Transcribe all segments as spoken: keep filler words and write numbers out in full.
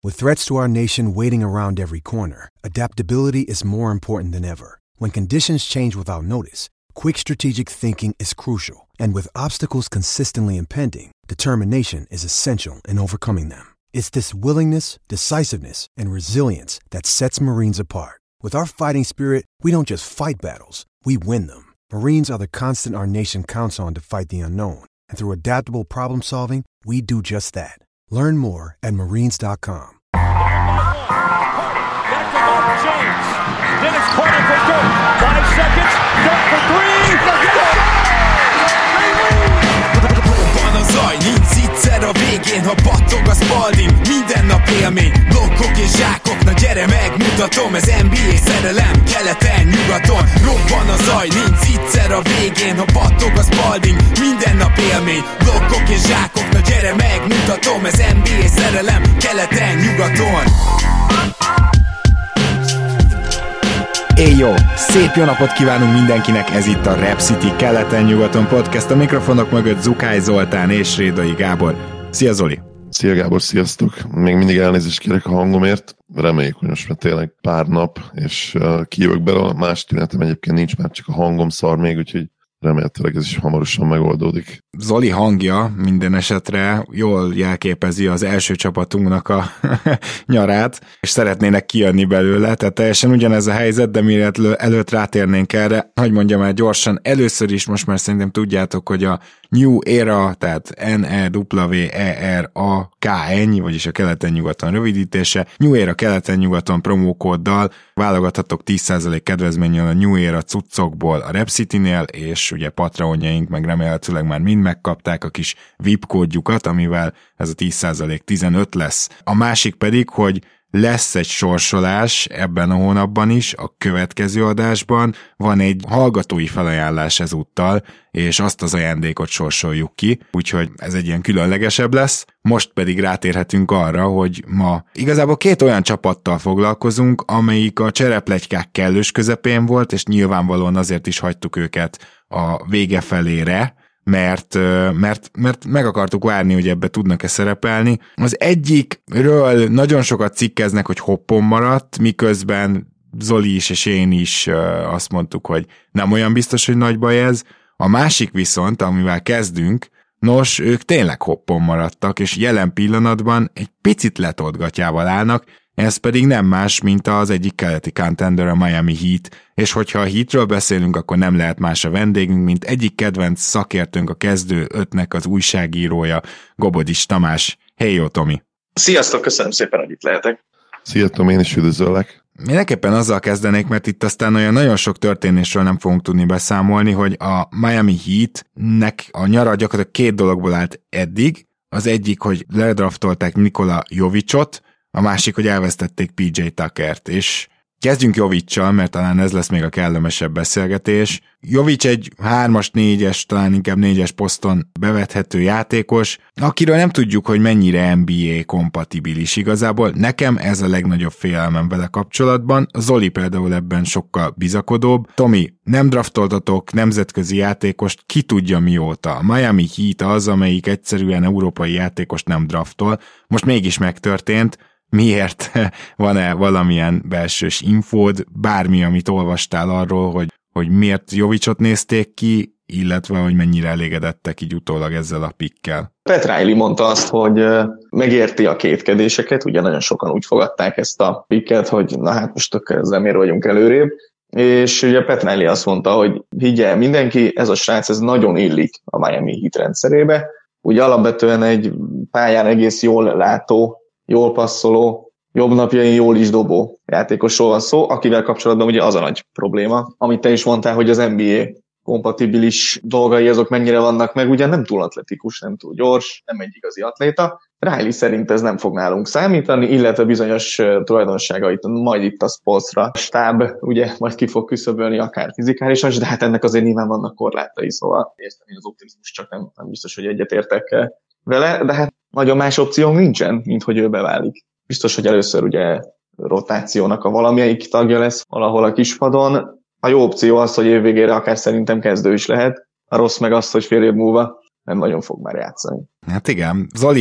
With threats to our nation waiting around every corner, adaptability is more important than ever. When conditions change without notice, quick strategic thinking is crucial. And with obstacles consistently impending, determination is essential in overcoming them. It's this willingness, decisiveness, and resilience that sets Marines apart. With our fighting spirit, we don't just fight battles, we win them. Marines are the constant our nation counts on to fight the unknown. And through adaptable problem solving, we do just that. Learn more at marines dot com. Back to Mark James. Dennis corner for Dirk. Five seconds. Dirk for three. Van a zaj, nincs egyszer a végén, ha battog a Spalding. Minden nap élmény, blokkok és zsákok. Na gyere megmutatom, ez en bé á szerelem. Keleten, nyugaton, robban a zaj, nincs egyszer a végén, ha battog a Spalding. Minden nap élmény, blokkok és zsákok. Na gyere megmutatom, ez en bé á szerelem. Keleten, nyugaton. Éj jó! Szép jó napot kívánunk mindenkinek, ez itt a Rep City keleten-nyugaton podcast, a mikrofonok mögött Zukály Zoltán és Rédai Gábor. Szia Zoli! Szia Gábor, sziasztok! Még mindig elnézést kérek a hangomért, reméljük, hogy most már tényleg pár nap, és uh, kijövök belőle, más tünetem egyébként nincs, már csak a hangom szar még, úgyhogy remélhetőleg ez is hamarosan megoldódik. Zoli hangja minden esetre jól jelképezi az első csapatunknak a nyarát, és szeretnének kijönni belőle, tehát teljesen ugyanez a helyzet, de mielőtt előtt rátérnénk erre, hogy mondjam el gyorsan, először is most már szerintem tudjátok, hogy a New Era, tehát N E W E R A K ennyi, vagyis a keleten-nyugaton rövidítése, New Era keleten-nyugaton promókóddal válogathatok tíz százalék kedvezménnyel a New Era cuccokból a Rep City-nél, és ugye patronjaink meg remélhetőleg már mind megkapták a kis vé i pé kódjukat, amivel ez a tíz százalék tizenöt lesz. A másik pedig, hogy lesz egy sorsolás ebben a hónapban is, a következő adásban van egy hallgatói felajánlás ezúttal, és azt az ajándékot sorsoljuk ki, úgyhogy ez egy ilyen különlegesebb lesz. Most pedig rátérhetünk arra, hogy ma igazából két olyan csapattal foglalkozunk, amelyik a cserepletykák kellős közepén volt, és nyilvánvalóan azért is hagytuk őket a vége felére, mert, mert, mert meg akartuk várni, hogy ebbe tudnak-e szerepelni. Az egyikről nagyon sokat cikkeznek, hogy hoppon maradt, miközben Zoli is és én is azt mondtuk, hogy nem olyan biztos, hogy nagy baj ez. A másik viszont, amivel kezdünk, nos, ők tényleg hoppon maradtak, és jelen pillanatban egy picit letolt gatyával állnak, ez pedig nem más, mint az egyik keleti contender, a Miami Heat, és hogyha a Heatről beszélünk, akkor nem lehet más a vendégünk, mint egyik kedvenc szakértőnk, a kezdő ötnek az újságírója, Gobodis Tamás. Hey jó, Tomi! Sziasztok, köszönöm szépen, hogy itt lehetek. Szia Tomi, én is üdvözöllek. Mindenképpen azzal kezdenék, mert itt aztán olyan nagyon sok történésről nem fogunk tudni beszámolni, hogy a Miami Heatnek a nyara gyakorlatilag két dologból állt eddig. Az egyik, hogy ledraftolták Nikola Jovicot, a másik, hogy elvesztették pé jé Tuckert, és kezdjünk Jovic-sal, mert talán ez lesz még a kellemesebb beszélgetés. Jovic egy hármas, négyes, talán inkább négyes poszton bevethető játékos, akiről nem tudjuk, hogy mennyire en bé á kompatibilis igazából. Nekem ez a legnagyobb félelmem vele kapcsolatban. Zoli például ebben sokkal bizakodóbb. Tomi, nem draftoltatok nemzetközi játékost, ki tudja mióta. A Miami Heat az, amelyik egyszerűen európai játékost nem draftol. Most mégis megtörtént. Miért? Van-e valamilyen belsős infód, bármi, amit olvastál arról, hogy, hogy miért Jovicot nézték ki, illetve hogy mennyire elégedettek így utólag ezzel a pickkel? Pat Riley mondta azt, hogy megérti a kétkedéseket, ugye nagyon sokan úgy fogadták ezt a picket, hogy na hát most akkor ezzel miért vagyunk előrébb, és ugye Pat Riley azt mondta, hogy higgye mindenki, ez a srác, ez nagyon illik a Miami Heat rendszerébe, ugye alapvetően egy pályán egész jól látó, jól passzoló, jobb napjain jól is dobó játékosról van szó, akivel kapcsolatban ugye az a nagy probléma, amit te is mondtál, hogy az en bé á kompatibilis dolgai azok mennyire vannak meg, ugye nem túl atletikus, nem túl gyors, nem egy igazi atléta. Riley szerint ez nem fog nálunk számítani, illetve bizonyos tulajdonságait majd itt a Spolstra stáb ugye majd ki fog küszöbölni akár fizikálisan, de hát ennek azért nyilván vannak korlátai, szóval értem én az optimizmus, csak nem, nem biztos, hogy egyetértek vele, de hát nagyon más opciónk nincsen, mint hogy ő beválik. Biztos, hogy először ugye rotációnak a valamelyik tagja lesz valahol a kispadon. A jó opció az, hogy évvégére akár szerintem kezdő is lehet. A rossz meg az, hogy fél év múlva nem nagyon fog már játszani. Hát igen. Zoli,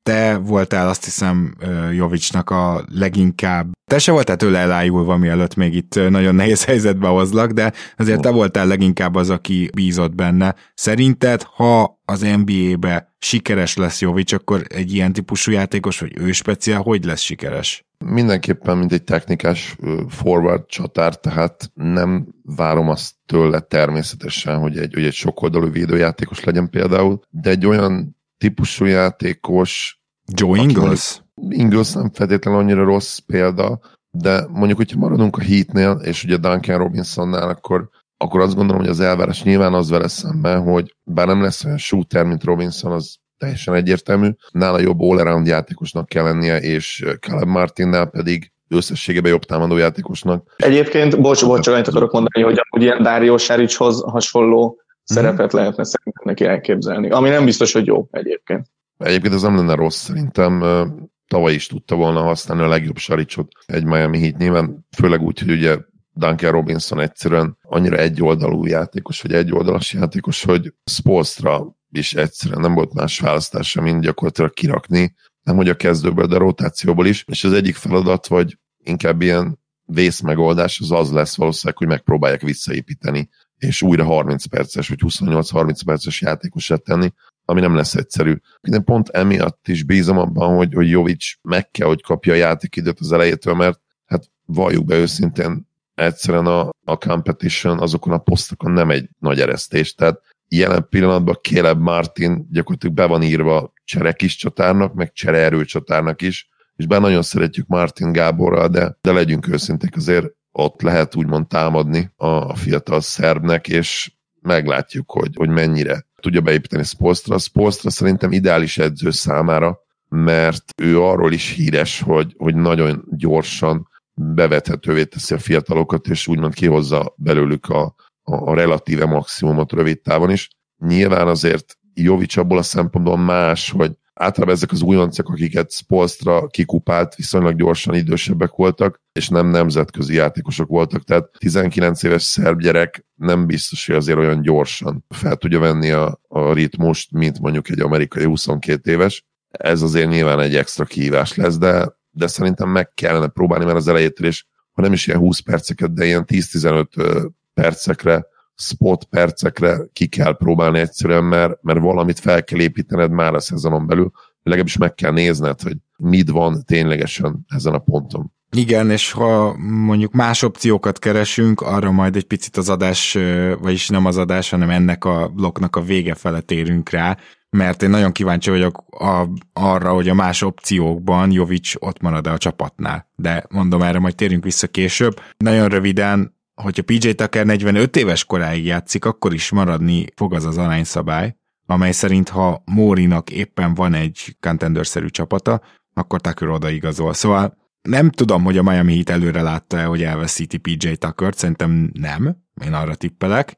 te voltál azt hiszem Jovicsnak a leginkább, te se voltál tőle elájulva, mielőtt még itt nagyon nehéz helyzetbe hozlak, de azért te voltál leginkább az, aki bízott benne. Szerinted, ha az en bé á-be sikeres lesz Jovics, akkor egy ilyen típusú játékos, vagy ő speciál, hogy lesz sikeres? Mindenképpen, mint egy technikás forward csatár, tehát nem várom azt tőle természetesen, hogy egy, hogy egy sokoldalú védőjátékos legyen például, de egy olyan típusú játékos... Joe Ingles? Ingles nem feltétlenül annyira rossz példa, de mondjuk, hogyha maradunk a Heatnél, és ugye Duncan Robinsonnál, akkor, akkor azt gondolom, hogy az elvárás nyilván az vele szemben, hogy bár nem lesz olyan shooter, mint Robinson, az teljesen egyértelmű, nála jobb all-around játékosnak kell lennie, és Caleb Martinnál pedig összességében jobb támadó játékosnak. Egyébként, bocs, bocs, csak annyit akarok mondani, hogy amúgy ilyen Dario Sarichoz hasonló szerepet lehetne szerintem neki elképzelni, ami nem biztos, hogy jó egyébként. Egyébként ez nem lenne rossz, szerintem tavaly is tudta volna használni a legjobb Saricot egy Miami Heat, nyilván főleg úgy, hogy ugye Duncan Robinson egyszerűen annyira egyoldalú játékos, vagy egyoldalas játékos, hogy Spoelstra is egyszerűen nem volt más választása, mint gyakorlatilag kirakni, nem hogy a kezdőből, de a rotációból is, és az egyik feladat, vagy inkább ilyen vészmegoldás, az az lesz valószínűleg, hogy megpróbálják visszaépíteni, és újra harminc perces, vagy huszonnyolc-harminc perces játékosát tenni, ami nem lesz egyszerű. Én pont emiatt is bízom abban, hogy, hogy Jovics meg kell, hogy kapja a játékidőt az elejétől, mert hát valljuk be őszintén, egyszerűen a, a competition azokon a posztokon nem egy nagy eresztés, tehát jelen pillanatban Caleb Martin gyakorlatilag be van írva csere kis csatárnak, meg csere erőcsatárnak is, és bár nagyon szeretjük Martin Gáborral, de, de legyünk őszinték, azért ott lehet úgymond támadni a, a fiatal szerbnek, és meglátjuk, hogy, hogy mennyire tudja beépíteni Spoelstra. Spoelstra szerintem ideális edző számára, mert ő arról is híres, hogy, hogy nagyon gyorsan bevethetővé teszi a fiatalokat, és úgymond kihozza belőlük a, a relatíve maximumot rövid távon is. Nyilván azért Jovics abból a szempontból más, hogy általában ezek az újoncok, akiket Spoelstra kikupált, viszonylag gyorsan idősebbek voltak, és nem nemzetközi játékosok voltak, tehát tizenkilenc éves szerb gyerek nem biztos, hogy azért olyan gyorsan fel tudja venni a, a ritmust, mint mondjuk egy amerikai huszonkét éves. Ez azért nyilván egy extra kihívás lesz, de, de szerintem meg kellene próbálni már az elejétől, és ha nem is ilyen húsz perceket, de ilyen tíz-tizenöt percekre, spot percekre ki kell próbálni egyszerűen, mert, mert valamit fel kell építened már a szezonon belül, legalábbis meg kell nézned, hogy mit van ténylegesen ezen a ponton. Igen, és ha mondjuk más opciókat keresünk, arra majd egy picit az adás, vagyis nem az adás, hanem ennek a blokknak a vége fele térünk rá, mert én nagyon kíváncsi vagyok a, arra, hogy a más opciókban Jovics ott marad-e a csapatnál. De mondom, erre majd térjünk vissza később. Nagyon röviden, hogyha pé jé Tucker negyvenöt éves koráig játszik, akkor is maradni fog az az arányszabály, amely szerint ha Morinak éppen van egy contender-szerű csapata, akkor Tucker odaigazol. Szóval nem tudom, hogy a Miami Heat előre látta-e, hogy elveszíti pé jé Tuckert, szerintem nem, én arra tippelek,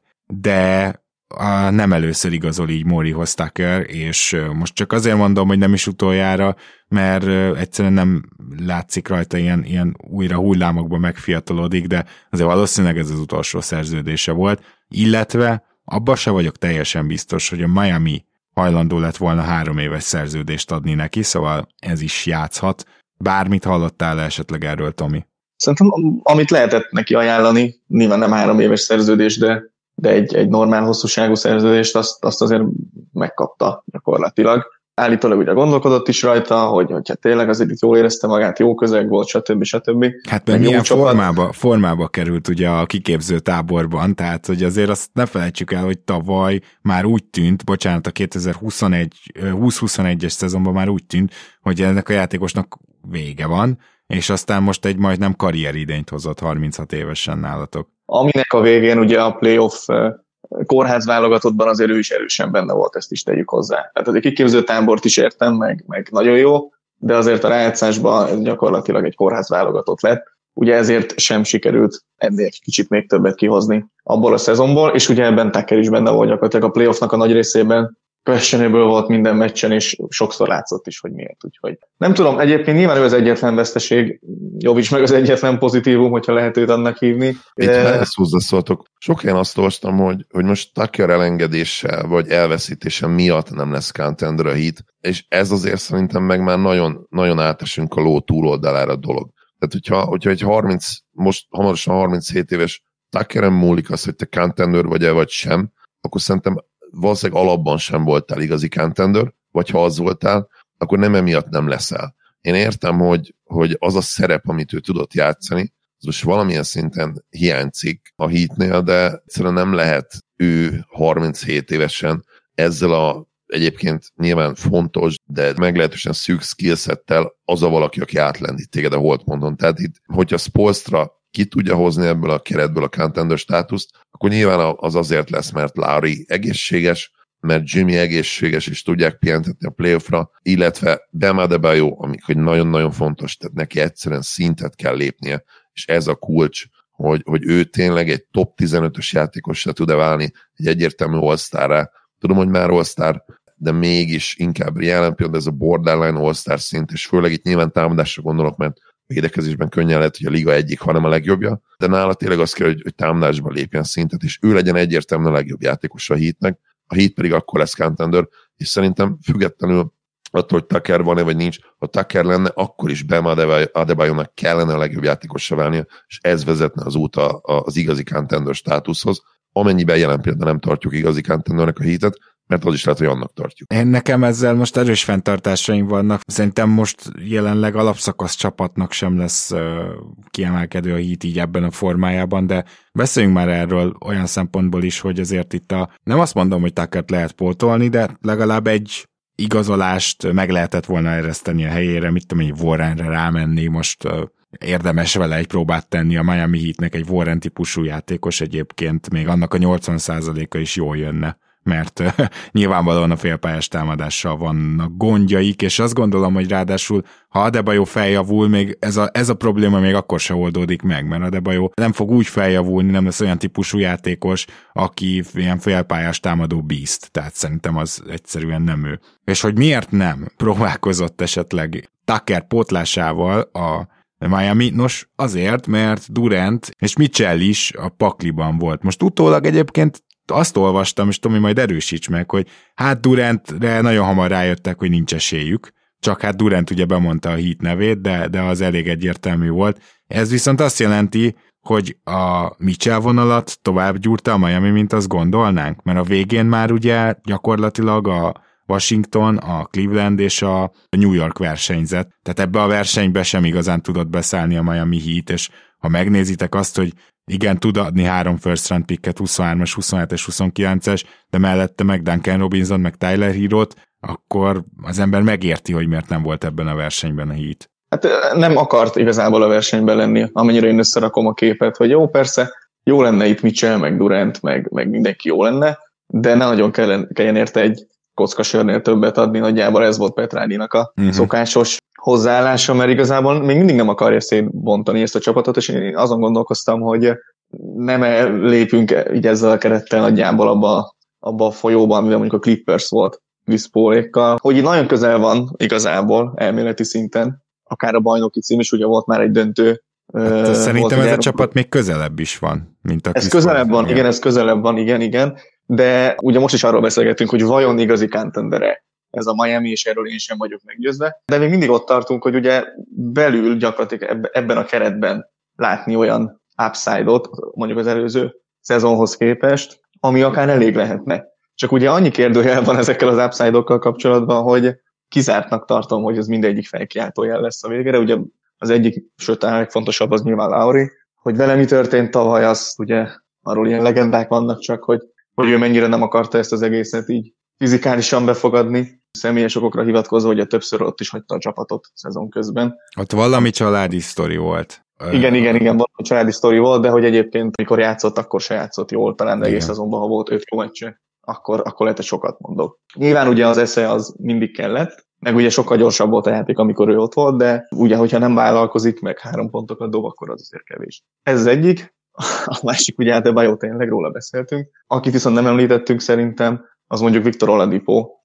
de a, nem először igazol így Morihoz Tucker, és most csak azért mondom, hogy nem is utoljára, mert egyszerűen nem látszik rajta ilyen, ilyen újra hullámokban megfiatalodik, de azért valószínűleg ez az utolsó szerződése volt, illetve abban se vagyok teljesen biztos, hogy a Miami hajlandó lett volna három éves szerződést adni neki, szóval ez is játszhat. Bármit hallottál esetleg erről, Tomi? Szerintem, amit lehetett neki ajánlani, nyilván nem három éves szerződés, de, de egy, egy normál hosszúságú szerződést, azt, azt azért megkapta gyakorlatilag. Állítólag ugye gondolkodott is rajta, hogy, hogy hát tényleg azért itt jól érezte magát, jó közeg volt, stb. stb. Hát mert milyen formába, formába került ugye a kiképző táborban, tehát hogy azért azt ne felejtsük el, hogy tavaly már úgy tűnt, bocsánat, a kétezer-huszonegy húsz-huszonegyes szezonban már úgy tűnt, hogy ennek a játékosnak vége van, és aztán most egy majdnem karrieridényt hozott harminchat évesen nálatok. Aminek a végén ugye a playoff kórház válogatottban azért ő is erősen benne volt, ezt is tegyük hozzá. Tehát az egy kiképző tábort is értem, meg, meg nagyon jó, de azért a rájátszásban gyakorlatilag egy kórház válogatott lett. Ugye ezért sem sikerült ennél egy kicsit még többet kihozni abból a szezonból, és ugye ebben Tucker is benne volt gyakorlatilag a playoffnak a nagy részében. Questionable volt minden meccsen, és sokszor látszott is, hogy miért. Úgyhogy nem tudom, egyébként nyilván ő az egyetlen veszteség Jovic meg az egyetlen pozitívum, hogyha lehet őt annak hívni. Itt már ezt hozzászóltok. Sok helyen azt olvastam, hogy, hogy most Tucker elengedéssel vagy elveszítése miatt nem lesz contender a Heat, és ez azért szerintem meg már nagyon, nagyon átesünk a ló túloldalára a dolog. Tehát, hogyha, hogyha egy harminc, most hamarosan harminchét éves Tuckeren múlik az, hogy te contender vagy-e vagy sem, akkor szerintem valószínűleg alapban sem voltál igazi contender, vagy ha az voltál, akkor nem emiatt nem leszel. Én értem, hogy, hogy az a szerep, amit ő tudott játszani, az most valamilyen szinten hiányzik a Heatnél, de egyszerűen nem lehet ő harminchét évesen ezzel a egyébként nyilván fontos, de meglehetősen szűk skillsettel az a valaki, aki átlendít téged a holdponton. Tehát itt, hogyha Spoelstra ki tudja hozni ebből a keretből a contender státuszt, akkor nyilván az azért lesz, mert Lowry egészséges, mert Jimmy egészséges, és tudják pihentetni a playoffra, illetve Bam Adebayo, ami hogy nagyon-nagyon fontos, tehát neki egyszerűen szintet kell lépnie, és ez a kulcs, hogy, hogy ő tényleg egy top tizenötös játékosra tud-e válni, egy egyértelmű all-starrá. Tudom, hogy már all-star, de mégis inkább jelen pillanatban ez a borderline all-star szint, és főleg itt nyilván támadásra gondolok, mert védekezésben könnyen lehet, hogy a liga egyik, hanem a legjobbja, de nála tényleg az kell, hogy, hogy támadásban lépjen szintet, és ő legyen egyértelműen a legjobb játékos a Heatnek, a Heat pedig akkor lesz contender, és szerintem függetlenül attól, hogy Tucker van-e vagy nincs, ha Tucker lenne, akkor is Bam Adebayonak kellene a legjobb játékosra válnia, és ez vezetne az út az igazi contender státuszhoz, amennyiben jelen pillanatban nem tartjuk igazi contendernek a Heatet, mert az is lehet, hogy annak tartjuk. Én nekem ezzel most erős fenntartásaim vannak. Szerintem most jelenleg alapszakasz csapatnak sem lesz uh, kiemelkedő a Heat így ebben a formájában, de beszéljünk már erről olyan szempontból is, hogy azért itt a, nem azt mondom, hogy Tuckert lehet pótolni, de legalább egy igazolást meg lehetett volna ereszteni a helyére, mit tudom, egy Warrenre rámenni, most uh, érdemes vele egy próbát tenni, a Miami Heatnek egy Warren típusú játékos egyébként, még annak a nyolcvan százaléka is jól jönne, mert uh, nyilvánvalóan a félpályás támadással vannak gondjaik, és azt gondolom, hogy ráadásul, ha Adebayo feljavul, még ez a, ez a probléma még akkor se oldódik meg, mert Adebayo nem fog úgy feljavulni, nem lesz olyan típusú játékos, aki ilyen félpályás támadó beast, tehát szerintem az egyszerűen nem ő. És hogy miért nem próbálkozott esetleg Tucker pótlásával a Miami? Nos, azért, mert Durant és Mitchell is a pakliban volt. Most utólag egyébként azt olvastam, és Tomi, majd erősíts meg, hogy hát Durantre nagyon hamar rájöttek, hogy nincs esélyük, csak hát Durant ugye bemondta a Heat nevét, de, de az elég egyértelmű volt. Ez viszont azt jelenti, hogy a Mitchell vonalat tovább gyúrta a Miami, mint azt gondolnánk, mert a végén már ugye gyakorlatilag a Washington, a Cleveland és a New York versenyzett, tehát ebbe a versenybe sem igazán tudott beszállni a Miami Heat, és ha megnézitek azt, hogy igen, tud adni három first round picket, huszonhármas, huszonhetes, huszonkilences, de mellette meg Duncan Robinson, meg Tyler Herrót, akkor az ember megérti, hogy miért nem volt ebben a versenyben a Heat. Hát nem akart igazából a versenyben lenni, amennyire én összerakom a képet, hogy jó, persze, jó lenne itt Mitchell, meg Durant, meg, meg mindenki jó lenne, de ne nagyon kelljen, kelljen érte egy kockasörnél többet adni, nagyjából ez volt Petráninak a uh-huh. szokásos hozzáállása, mert igazából még mindig nem akarja szétbontani ezt a csapatot, és én azon gondolkoztam, hogy nem lépünk így ezzel a kerettel nagyjából abba, abba a folyóban, amivel mondjuk a Clippers volt Viszpólékkal, hogy így nagyon közel van igazából elméleti szinten, akár a bajnoki cím is, ugye volt már egy döntő. Hát, uh, szerintem ez a csapat még közelebb is van, mint a Ez közelebb van, igen, ez közelebb van, igen, igen, de ugye most is arról beszélgetünk, hogy vajon igazi contendere ez a Miami, és erről én sem vagyok meggyőzve. De még mindig ott tartunk, hogy ugye belül gyakorlatilag ebben a keretben látni olyan upside-ot, mondjuk az előző szezonhoz képest, ami akár elég lehetne. Csak ugye annyi kérdőjel van ezekkel az upside-okkal kapcsolatban, hogy kizártnak tartom, hogy ez mindegyik felkiáltójel lesz a végére. Ugye az egyik, sőt a legfontosabb az nyilván Lowry, hogy vele mi történt tavaly, az ugye arról ilyen legendák vannak csak, hogy, hogy ő mennyire nem akarta ezt az egészet így fizikálisan befogadni, személyes okokra hivatkozva, hogy többször ott is hagyta a csapatot szezon közben. Ott valami családi sztori volt. Igen, igen, igen, valami családi sztori volt, de hogy egyébként mikor játszott, akkor se játszott jól, talán de egész szezonban, ha volt öt jó meccse, akkor, akkor lehet, hogy sokat mondok. Nyilván ugye az esze az mindig kellett, meg ugye sokkal gyorsabb volt a játék, amikor ő ott volt, de ugye, hogyha nem vállalkozik, meg három pontokat dob, akkor az azért kevés. Ez az egyik, a másik ugye Adebayo, tényleg róla beszéltünk. Akit viszont nem említettünk szerintem, az mondjuk Victor Oladipo.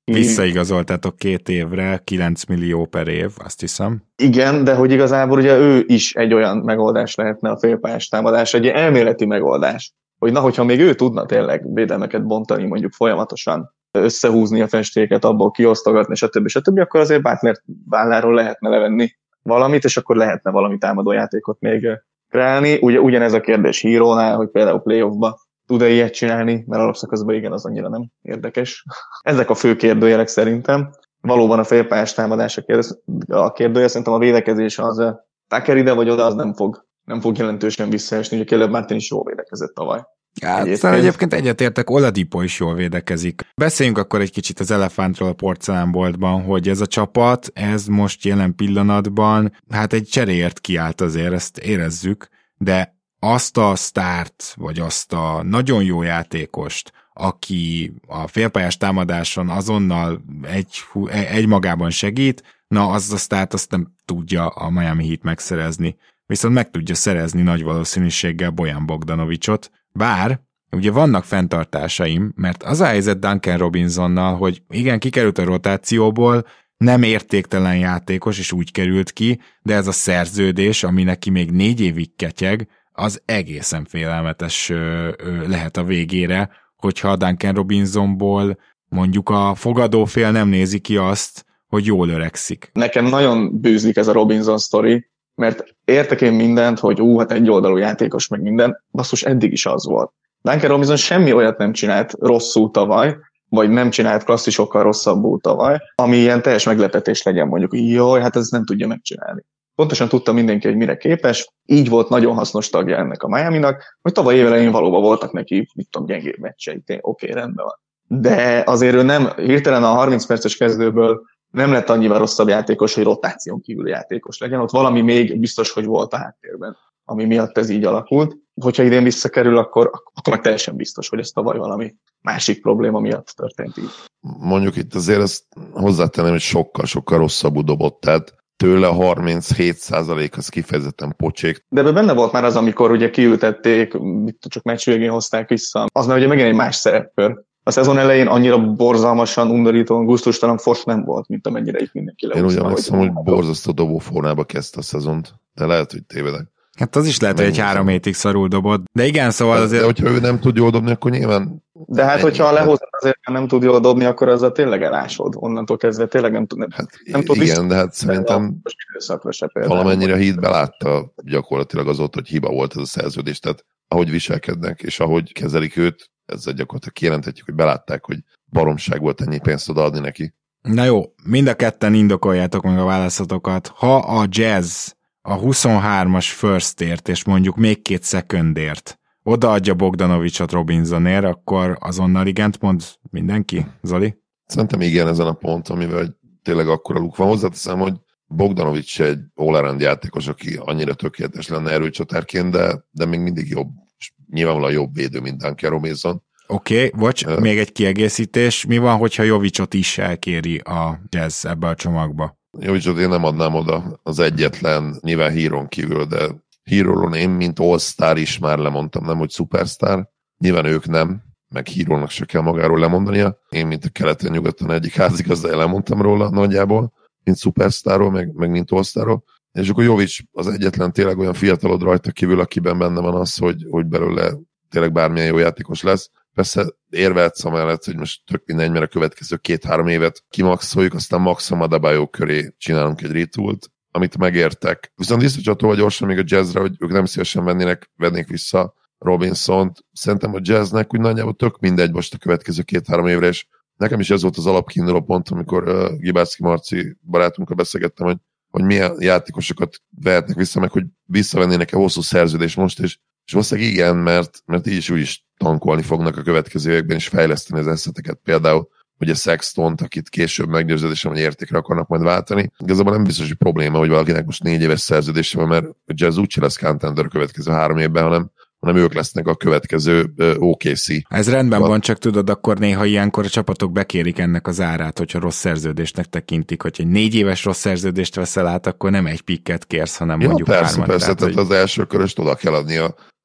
aki... Visszaigazoltátok két évre, kilenc millió per év, azt hiszem. Igen, de hogy igazából ugye ő is egy olyan megoldás lehetne a félpályás támadás, egy elméleti megoldás, hogy na, hogyha még ő tudna tényleg védelmeket bontani, mondjuk folyamatosan összehúzni a festéket, abból kiosztogatni, stb. stb., akkor azért Butler válláról lehetne levenni valamit, és akkor lehetne valami támadójátékot még kreálni. Ugye, ugyanez a kérdés Hírónál, hogy például playoffba tud-e ilyet csinálni, mert alapszakaszban igen, az annyira nem érdekes. Ezek a fő kérdőjelek szerintem. Valóban a félpályás támadás a, kérdez, a kérdője, szerintem a védekezés az Tucker ide vagy oda, az nem fog, nem fog jelentősen visszaesni. Ugye Caleb Martin is jól védekezett tavaly. Hát, egyébként, egyébként egyetértek, Oladipo is jól védekezik. Beszéljünk akkor egy kicsit az elefántról a porcelánboltban, hogy ez a csapat, ez most jelen pillanatban, hát egy cseréért kiállt azért, ezt érezzük, de azt a sztárt, vagy azt a nagyon jó játékost, aki a félpályás támadáson azonnal egy, egy magában segít, na az a sztárt azt nem tudja a Miami Heat megszerezni. Viszont meg tudja szerezni nagy valószínűséggel Bojan Bogdanovicsot, bár ugye vannak fenntartásaim, mert az a helyzet Duncan Robinsonnal, hogy igen, kikerült a rotációból, nem értéktelen játékos, és úgy került ki, de ez a szerződés, ami neki még négy évig ketyeg, az egészen félelmetes lehet a végére, hogyha a Duncan Robinsonból mondjuk a fogadófél nem nézi ki azt, hogy jól öregszik. Nekem nagyon bűzlik ez a Robinson sztori, mert értek én mindent, hogy ú, hát egy oldalú játékos meg minden, basszus, eddig is az volt. Duncan Robinson semmi olyat nem csinált rosszul tavaly, vagy nem csinált klasszisokkal rosszabbul tavaly, ami ilyen teljes meglepetés legyen mondjuk, jaj, hát ez nem tudja megcsinálni. Pontosan tudta mindenki, hogy mire képes, így volt nagyon hasznos tagja ennek a Miaminak, hogy tavaly évelején valóban voltak neki, mit tudom, gyengébb meccsei, oké, okay, rendben van. De azért ő nem, hirtelen a harminc perces kezdőből nem lett annyival rosszabb játékos, hogy rotáción kívüli játékos legyen. Ott valami még biztos, hogy volt a háttérben, ami miatt ez így alakult. Hogyha idén visszakerül, akkor, akkor meg teljesen biztos, hogy ez tavaly valami másik probléma miatt történt így. Mondjuk itt azért ezt hozzátenném, hogy sokkal-sokkal rosszabbul dobott, tehát tőle a harminchét százalék az kifejezetten pocsék. De ebben benne volt már az, amikor ugye kiültették, csak meccs végén hozták vissza. Az már ugye megint egy más szerepkör. A szezon elején annyira borzalmasan, undorítóan, gusztustalan fos nem volt, mint amennyire itt mindenki leúszta. Én ugyan azt mondom, hogy borzasztó dobóformába kezdte a szezont, de lehet, hogy tévedek. Hát az is lehet, nem hogy egy három hétig szarul dobott, de igen, szóval de, azért... De hogyha ő nem tud jól dobni, akkor nyilván... De hát, hogyha lehozod azért, nem tud jól dobni, akkor azzal tényleg elásod. Onnantól kezdve tényleg nem tud... Nem, hát nem tud igen, de hát szerintem valamennyire Heat belátta gyakorlatilag azóta, hogy hiba volt ez a szerződés, tehát ahogy viselkednek, és ahogy kezelik őt, ezzel gyakorlatilag kijelenthetjük, hogy belátták, hogy baromság volt ennyi pénzt odaadni neki. Na jó, mind a ketten indokoljátok meg a válaszatokat. Ha a Jazz a huszonhármas firstért, és mondjuk még két secondért odaadja Bogdanovicsot Robinsonért, akkor azonnal igent mond mindenki, Zoli? Szerintem igen, ezen a ponton, amivel tényleg akkora luk van. Hozzáteszem, hogy Bogdanovics egy all-around játékos, aki annyira tökéletes lenne erőcsatárként, de, de még mindig jobb, nyilvánvalóan jobb védő, mint Duncan Robinson. Oké, okay, bocs, uh, még egy kiegészítés. Mi van, hogyha Jovicsot is elkéri a Jazz ebbe a csomagba? Jovicsot én nem adnám oda az egyetlen, nyilván Híron kívül, de Híróról én, mint all-star is már lemondtam, nem, hogy superstar. Nyilván ők nem, meg Hírónak se kell magáról lemondania. Én, mint a keleten-nyugaton egyik házigazdája lemondtam róla nagyjából, mint superstarról, meg, meg mint all-starról. És akkor Jovics az egyetlen tényleg olyan fiatalod rajta kívül, akiben benne van az, hogy, hogy belőle tényleg bármilyen jó játékos lesz. Persze érvehetsz amellett, hogy most tök mindegy, mert a következő két-három évet kimaxoljuk, aztán maximum Adebayo köré csinálunk egy retoolt, amit megértek. Viszont visszacsatolva gyorsan még a Jazzre, hogy ők nem szívesen vennének, vennék vissza Robinsont. Szerintem a Jazznek úgy nagyjából tök mindegy most a következő két-három évre, és nekem is ez volt az alapkiinduló pont, amikor uh, Gibácki Marci barátunkkal beszélgettem, hogy, hogy milyen játékosokat vehetnek vissza, meg hogy visszavennének-e hosszú szerződés most, és, és valószínűleg igen, mert, mert így is úgy is tankolni fognak a következő években, és fejleszteni az eszeteket. Például ugye Sextont, akit később meggyőződésem, hogy értékre akarnak majd váltani. Igazából nem biztos, hogy probléma, hogy valakinek most négy éves szerződése van, mert a Jazz úgyse lesz contender a következő három évben, hanem, hanem ők lesznek a következő uh, o ká cé. Ez rendben van, csak tudod, akkor néha ilyenkor a csapatok bekérik ennek az árát, hogyha rossz szerződésnek tekintik, hogyha egy négy éves rossz szerződést veszel át, akkor nem egy pikket kérsz, hanem ja, mondjuk persze, hármat. Persze, tehát, tehát hogy... az első köröst oda kell adni a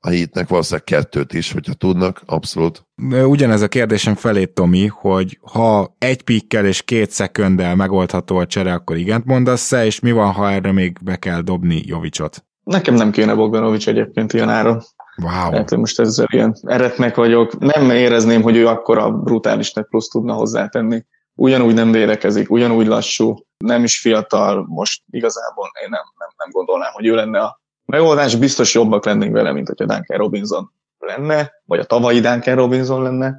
a Heatnek valószínűleg kettőt is, hogyha tudnak, abszolút. Ugyanez a kérdésem felé, Tomi, hogy ha egy pikkel és két szekunddel megoldható a csere, akkor igent mondasz-e, és mi van, ha erre még be kell dobni Jovicsot? Nekem nem kéne Bogdanovics egyébként ilyen áron. Wow. Hát most ezzel ilyen eretnek vagyok. Nem érezném, hogy ő akkora brutális net plusz tudna hozzátenni. Ugyanúgy nem védekezik, ugyanúgy lassú, nem is fiatal, most igazából én nem, nem, nem gondolnám, hogy ő lenne a megoldás. Biztos jobbak lennénk vele, mint hogyha Duncan Robinson lenne, vagy a tavalyi Duncan Robinson lenne,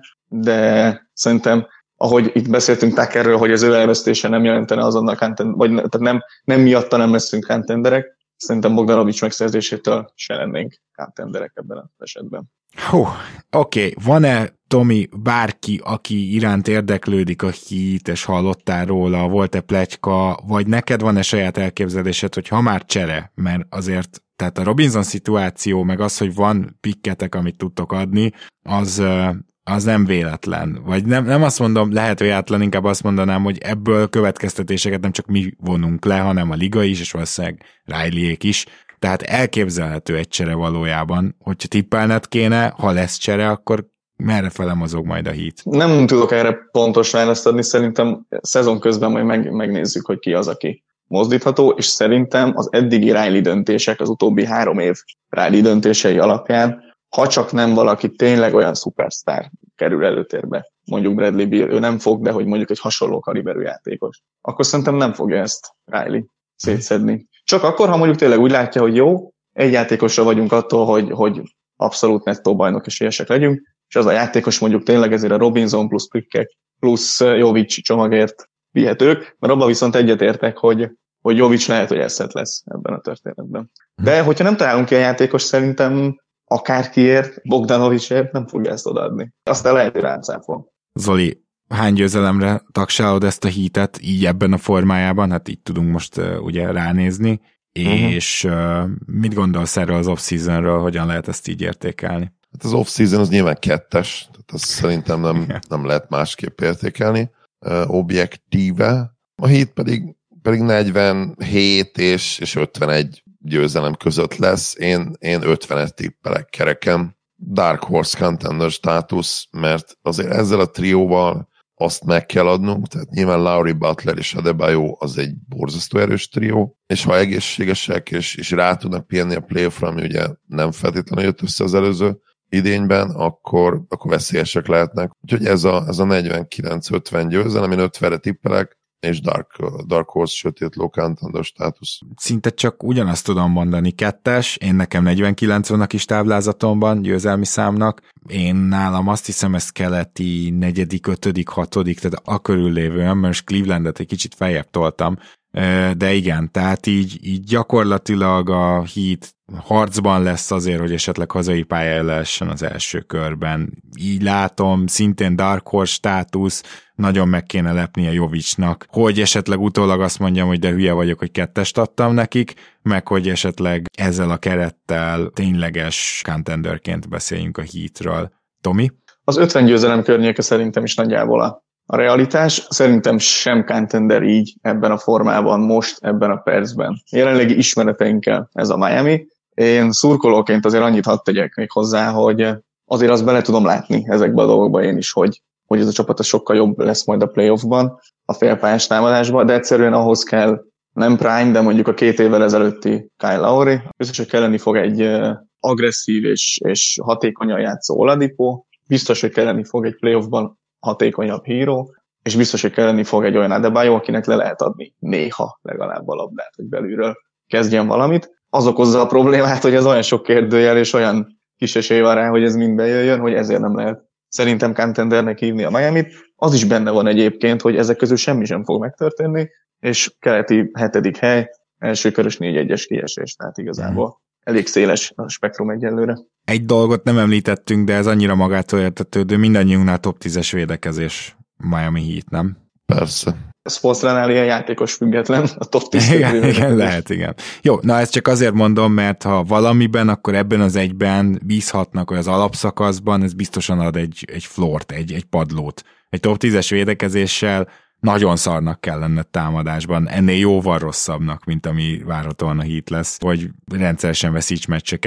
de szerintem, ahogy itt beszéltünk Tuckerről, hogy az ő elvesztése nem jelentene azonnal contender, vagy tehát nem, nem miatta nem leszünk contenderek, szerintem Bogdanovics megszerzésétől se lennénk contenderek ebben az esetben. Hú, oké, okay. Van-e, Tomi, bárki, aki iránt érdeklődik a Heat, és hallottál róla, volt-e pletyka, vagy neked van-e saját elképzelésed, hogy ha már csere, mert azért, tehát a Robinson szituáció, meg az, hogy van pikketek, amit tudtok adni, az, az nem véletlen. Vagy nem, nem azt mondom, lehet véletlen, inkább azt mondanám, hogy ebből következtetéseket nem csak mi vonunk le, hanem a liga is, és valószínűleg Rileyék is. Tehát elképzelhető egy csere valójában, hogyha tippelned kéne, ha lesz csere, akkor merre fele mozog majd a Heat? Nem tudok erre pontos választ adni, szerintem szezon közben majd meg, megnézzük, hogy ki az, aki mozdítható, és szerintem az eddigi Riley döntések, az utóbbi három év Riley döntései alapján, ha csak nem valaki tényleg olyan szupersztár kerül előtérbe, mondjuk Bradley Beal, ő nem fog, de hogy mondjuk egy hasonló kaliberű játékos, akkor szerintem nem fogja ezt Riley szétszedni. Csak akkor, ha mondjuk tényleg úgy látja, hogy jó, egy játékosra vagyunk attól, hogy, hogy abszolút nettó bajnok esélyesek legyünk, és az a játékos mondjuk tényleg ezért a Robinson plusz Prickek plusz Jovic csomagért vihetők, mert abban viszont egyetértek, hogy, hogy Jovic lehet, hogy eszet lesz ebben a történetben. De hogyha nem találunk ki a játékos, szerintem akárkiért, Bogdanovicsért nem fogja ezt odaadni. Aztán lehet, hogy ráncáfol. Zoli, hány győzelemre tagsálod ezt a Heatet így ebben a formájában? Hát így tudunk most uh, ugye ránézni. Uh-huh. És uh, mit gondolsz erről az off-seasonről, hogyan lehet ezt így értékelni? Hát az off-season az nyilván kettes, tehát azt szerintem nem, nem lehet másképp értékelni. Uh, objektíve. A Heat pedig, pedig negyvenhét és, és ötvenegy győzelem között lesz. Én, én ötvenet tippelek kerekem. Dark Horse Contender státusz, mert azért ezzel a trióval azt meg kell adnunk, tehát nyilván Lowry, Butler és Adebayo az egy borzasztó erős trió, és ha egészségesek, és, és rá tudnak pihenni a playoffra, ami ugye nem feltétlenül jött össze az előző idényben, akkor, akkor veszélyesek lehetnek. Úgyhogy ez a, ez a negyvenkilenc ötven győzelem, én ötvenre tippelek, és Dark, Dark Horse sötét low contender státusz. Szinte csak ugyanazt tudom mondani, kettes, én nekem negyvenkilenc vannak is táblázatomban, győzelmi számnak, én nálam azt hiszem ez keleti negyedik, ötödik, hatodik, tehát a körül lévő, most Clevelandet egy kicsit feljebb toltam, de igen, tehát így, így gyakorlatilag a Heat harcban lesz azért, hogy esetleg hazai pályája lehessen az első körben. Így látom, szintén Dark Horse státusz, nagyon meg kéne lepni a Jovicnak, hogy esetleg utólag azt mondjam, hogy de hülye vagyok, hogy kettest adtam nekik, meg hogy esetleg ezzel a kerettel tényleges contenderként beszéljünk a Heatről. Tomi? Az ötven győzelem környéke szerintem is nagyjából a A realitás. Szerintem sem contender így ebben a formában, most ebben a percben. Jelenlegi ismereteinkkel ez a Miami. Én szurkolóként azért annyit hadd tegyek még hozzá, hogy azért azt bele tudom látni ezekben a dolgokban én is, hogy, hogy ez a csapat sokkal jobb lesz majd a playoffban, a félpályás támadásban, de egyszerűen ahhoz kell nem prime, de mondjuk a két évvel ezelőtti Kyle Lowry. Biztos, hogy kelleni fog egy agresszív és, és hatékonyan játszó Oladipo. Biztos, hogy kelleni fog egy playoffban hatékonyabb híró, és biztos, hogy kelleni fog egy olyan Adebayo, akinek le lehet adni néha legalább a labdát, hogy belülről kezdjen valamit. Az okozza a problémát, hogy ez olyan sok kérdőjel, és olyan kis esély van rá, hogy ez mind bejöjjön, hogy ezért nem lehet szerintem contendernek hívni a Miamit. Az is benne van egyébként, hogy ezek közül semmi sem fog megtörténni, és keleti hetedik hely, első körös négy egyes kiesés, tehát igazából elég széles a spektrum egyelőre. Egy dolgot nem említettünk, de ez annyira magától értetődő, mindannyiunknál top tízes védekezés Miami Heat, nem? Persze. Spoelstra-nál ilyen játékos független, a top tíz. Igen, igen, lehet, igen. Jó, na ezt csak azért mondom, mert ha valamiben, akkor ebben az egyben bízhatnak, hogy az alapszakaszban ez biztosan ad egy, egy flort, egy, egy padlót. Egy top tízes védekezéssel nagyon szarnak kell lenned támadásban, ennél jóval rosszabbnak, mint ami várhatóan a Heat lesz, vagy rendszeresen veszíts meccseket.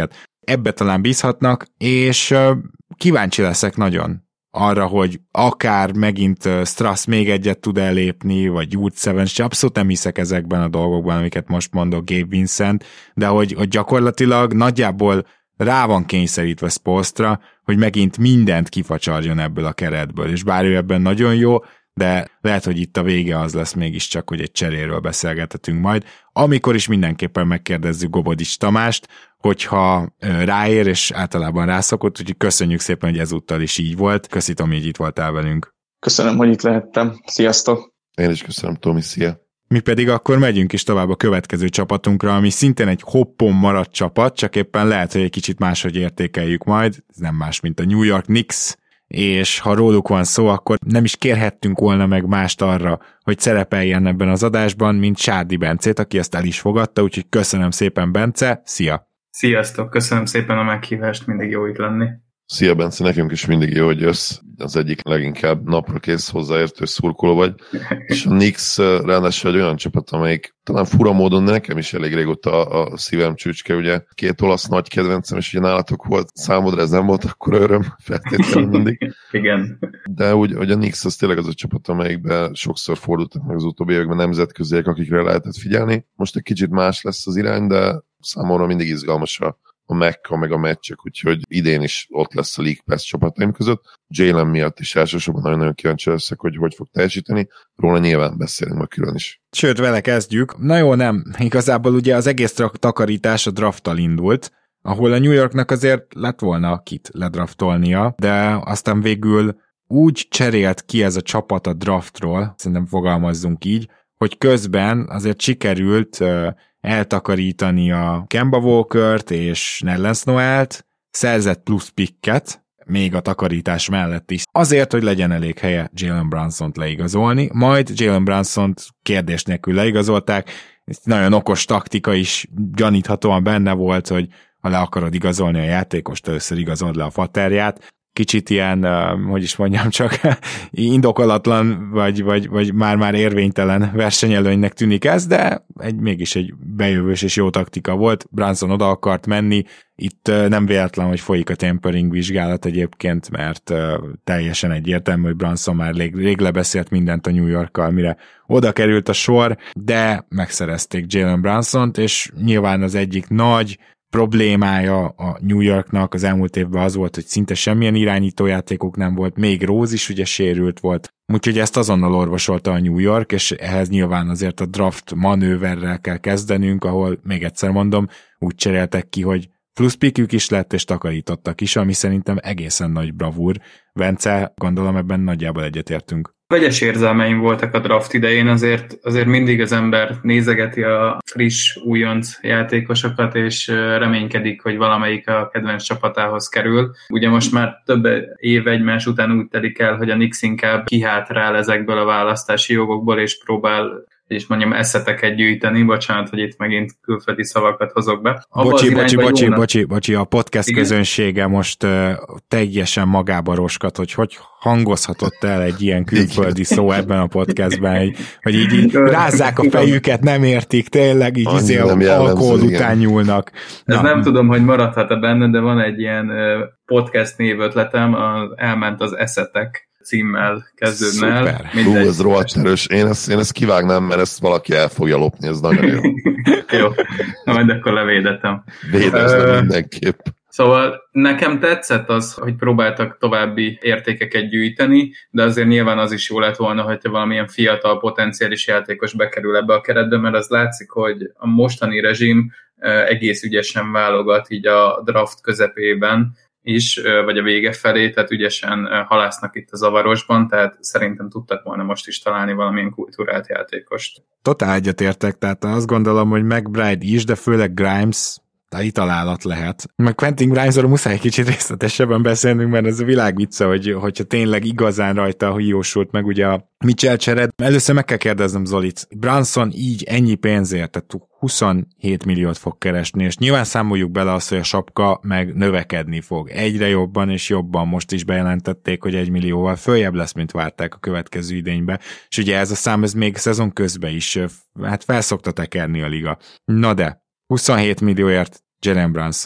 ebbe talán bízhatnak, és kíváncsi leszek nagyon arra, hogy akár megint Strass még egyet tud ellépni, vagy Youth Sevens, abszolút nem hiszek ezekben a dolgokban, amiket most mondok, Gabe Vincent, de hogy, hogy gyakorlatilag nagyjából rá van kényszerítve Spoelstra, hogy megint mindent kifacsarjon ebből a keretből, és bár ő ebben nagyon jó, de lehet, hogy itt a vége az lesz mégiscsak, hogy egy cseréről beszélgethetünk majd, amikor is mindenképpen megkérdezzük Gobodics Tamást, hogyha ráér, és általában rászokott, úgyhogy köszönjük szépen, hogy ezúttal is így volt. Köszi, Tomi, hogy itt voltál velünk. Köszönöm, hogy itt lehettem. Sziasztok! Én is köszönöm, Tomi, szia! Mi pedig akkor megyünk is tovább a következő csapatunkra, ami szintén egy hoppon maradt csapat, csak éppen lehet, hogy egy kicsit máshogy értékeljük majd, ez nem más, mint a New York Knicks, és ha róluk van szó, akkor nem is kérhettünk volna meg mást arra, hogy szerepeljen ebben az adásban, mint Sárdi Bencét, aki ezt el is fogadta, úgyhogy köszönöm szépen, Bence, szia! Sziasztok, köszönöm szépen a meghívást, mindig jó itt lenni. Szia, Bence, nekünk is mindig jó, hogy jössz. Az egyik leginkább napra kész hozzáértő szurkoló vagy. És a Knicks ráadásul egy olyan csapat, amelyik talán fura módon, de nekem is elég régóta a szívem csücske, ugye két olasz nagy kedvencem, és ugye nálatok volt, számodra ez nem volt akkor öröm, feltétlenül mindig. Igen. De úgy, hogy a Knicks az tényleg az a csapat, amelyikben sokszor fordultak meg az utóbbi években nemzetköziek, akikre lehetett figyelni. Most egy kicsit más lesz az irány, de számomra mindig izgalmas a a Mekka meg a meccsek, úgyhogy idén is ott lesz a League Pass csapataim között. Jalen miatt is elsősorban nagyon-nagyon kíváncsi leszek, hogy hogy fog teljesíteni. Róla nyilván beszélünk ma külön is. Sőt, vele kezdjük. Na jó, nem. Igazából ugye az egész takarítás a drafttal indult, ahol a New Yorknak azért lett volna kit ledraftolnia, de aztán végül úgy cserélt ki ez a csapat a draftról, szerintem fogalmazzunk így, hogy közben azért sikerült eltakarítani a Kemba Walkert és Nerlens Noelt, szerzett plusz picket, még a takarítás mellett is, azért, hogy legyen elég helye Jalen Brunsont leigazolni, majd Jalen Brunsont kérdés nélkül leigazolták, ez nagyon okos taktika is gyaníthatóan benne volt, hogy ha le akarod igazolni a játékost, először igazold le a faterját, kicsit ilyen, hogy is mondjam, csak indokolatlan, vagy, vagy, vagy már-már érvénytelen versenyelőnynek tűnik ez, de egy, mégis egy bejövős és jó taktika volt. Brunson oda akart menni, itt nem véletlen, hogy folyik a tampering vizsgálat egyébként, mert teljesen egyértelmű, hogy Brunson már rég, rég lebeszélt mindent a New Yorkkal, mire oda került a sor, de megszerezték Jalen Brunsont, és nyilván az egyik nagy problémája a New Yorknak az elmúlt évben az volt, hogy szinte semmilyen irányítójátékuk nem volt, még Rose is ugye sérült volt, úgyhogy ezt azonnal orvosolta a New York, és ehhez nyilván azért a draft manőverrel kell kezdenünk, ahol még egyszer mondom, úgy cseréltek ki, hogy plusz pikük is lett, és takarítottak is, ami szerintem egészen nagy bravúr. Bence, gondolom ebben nagyjából egyetértünk. Vegyes érzelmeim voltak a draft idején, azért, azért mindig az ember nézegeti a friss, újonc játékosokat, és reménykedik, hogy valamelyik a kedvenc csapatához kerül. Ugye most már több év egymás után úgy telik el, hogy a Knicks inkább kihátrál ezekből a választási jogokból, és próbál, és mondjam, eszeteket gyűjteni. Bocsánat, hogy itt megint külföldi szavakat hozok be. Abba bocsi, bocsi, bocsi, jónak... bocsi, bocsi, a podcast Igen? közönsége most uh, teljesen magába roskat, hogy hogy hangozhatott el egy ilyen külföldi szó ebben a podcastben, hogy, hogy így, így rázzák a fejüket, nem értik, tényleg így izé alkohol után nyúlnak. Ez Na. Nem tudom, hogy maradhat-e benne, de van egy ilyen podcast névötletem, az elment az eszetek címmel kezdődne el. Hú, ez rohadt erős. Én ezt, én ezt kivágnám, mert ezt valaki el fogja lopni, ez nagyon jó. Jó, na majd akkor levédetem. Védezne uh, mindenképp. Szóval nekem tetszett az, hogy próbáltak további értékeket gyűjteni, de azért nyilván az is jó lett volna, hogyha valamilyen fiatal potenciális játékos bekerül ebbe a keretbe, mert az látszik, hogy a mostani rezsim egész ügyesen válogat így a draft közepében is, vagy a vége felé, tehát ügyesen halásznak itt a zavarosban, tehát szerintem tudtak volna most is találni valamilyen kultúrált játékost. Totál egyetértek, tehát azt gondolom, hogy McBride is, de főleg Grimes találat lehet. Meg Quentin Grimesról muszáj egy kicsit részletesebben beszélnünk, mert ez a világ vicce, hogy, hogyha tényleg igazán rajta jósult meg ugye a Mitchell csered. Először meg kell kérdeznem Zolit. Brunson így ennyi pénzért, tehát huszonhét milliót fog keresni, és nyilván számoljuk bele azt, hogy a sapka meg növekedni fog. Egyre jobban és jobban most is bejelentették, hogy egy millióval följebb lesz, mint várták a következő idénybe. És ugye ez a szám, ez még szezon közben is, hát felszokta tekerni a liga. Na de, huszonhét millióért Jalen Brunson.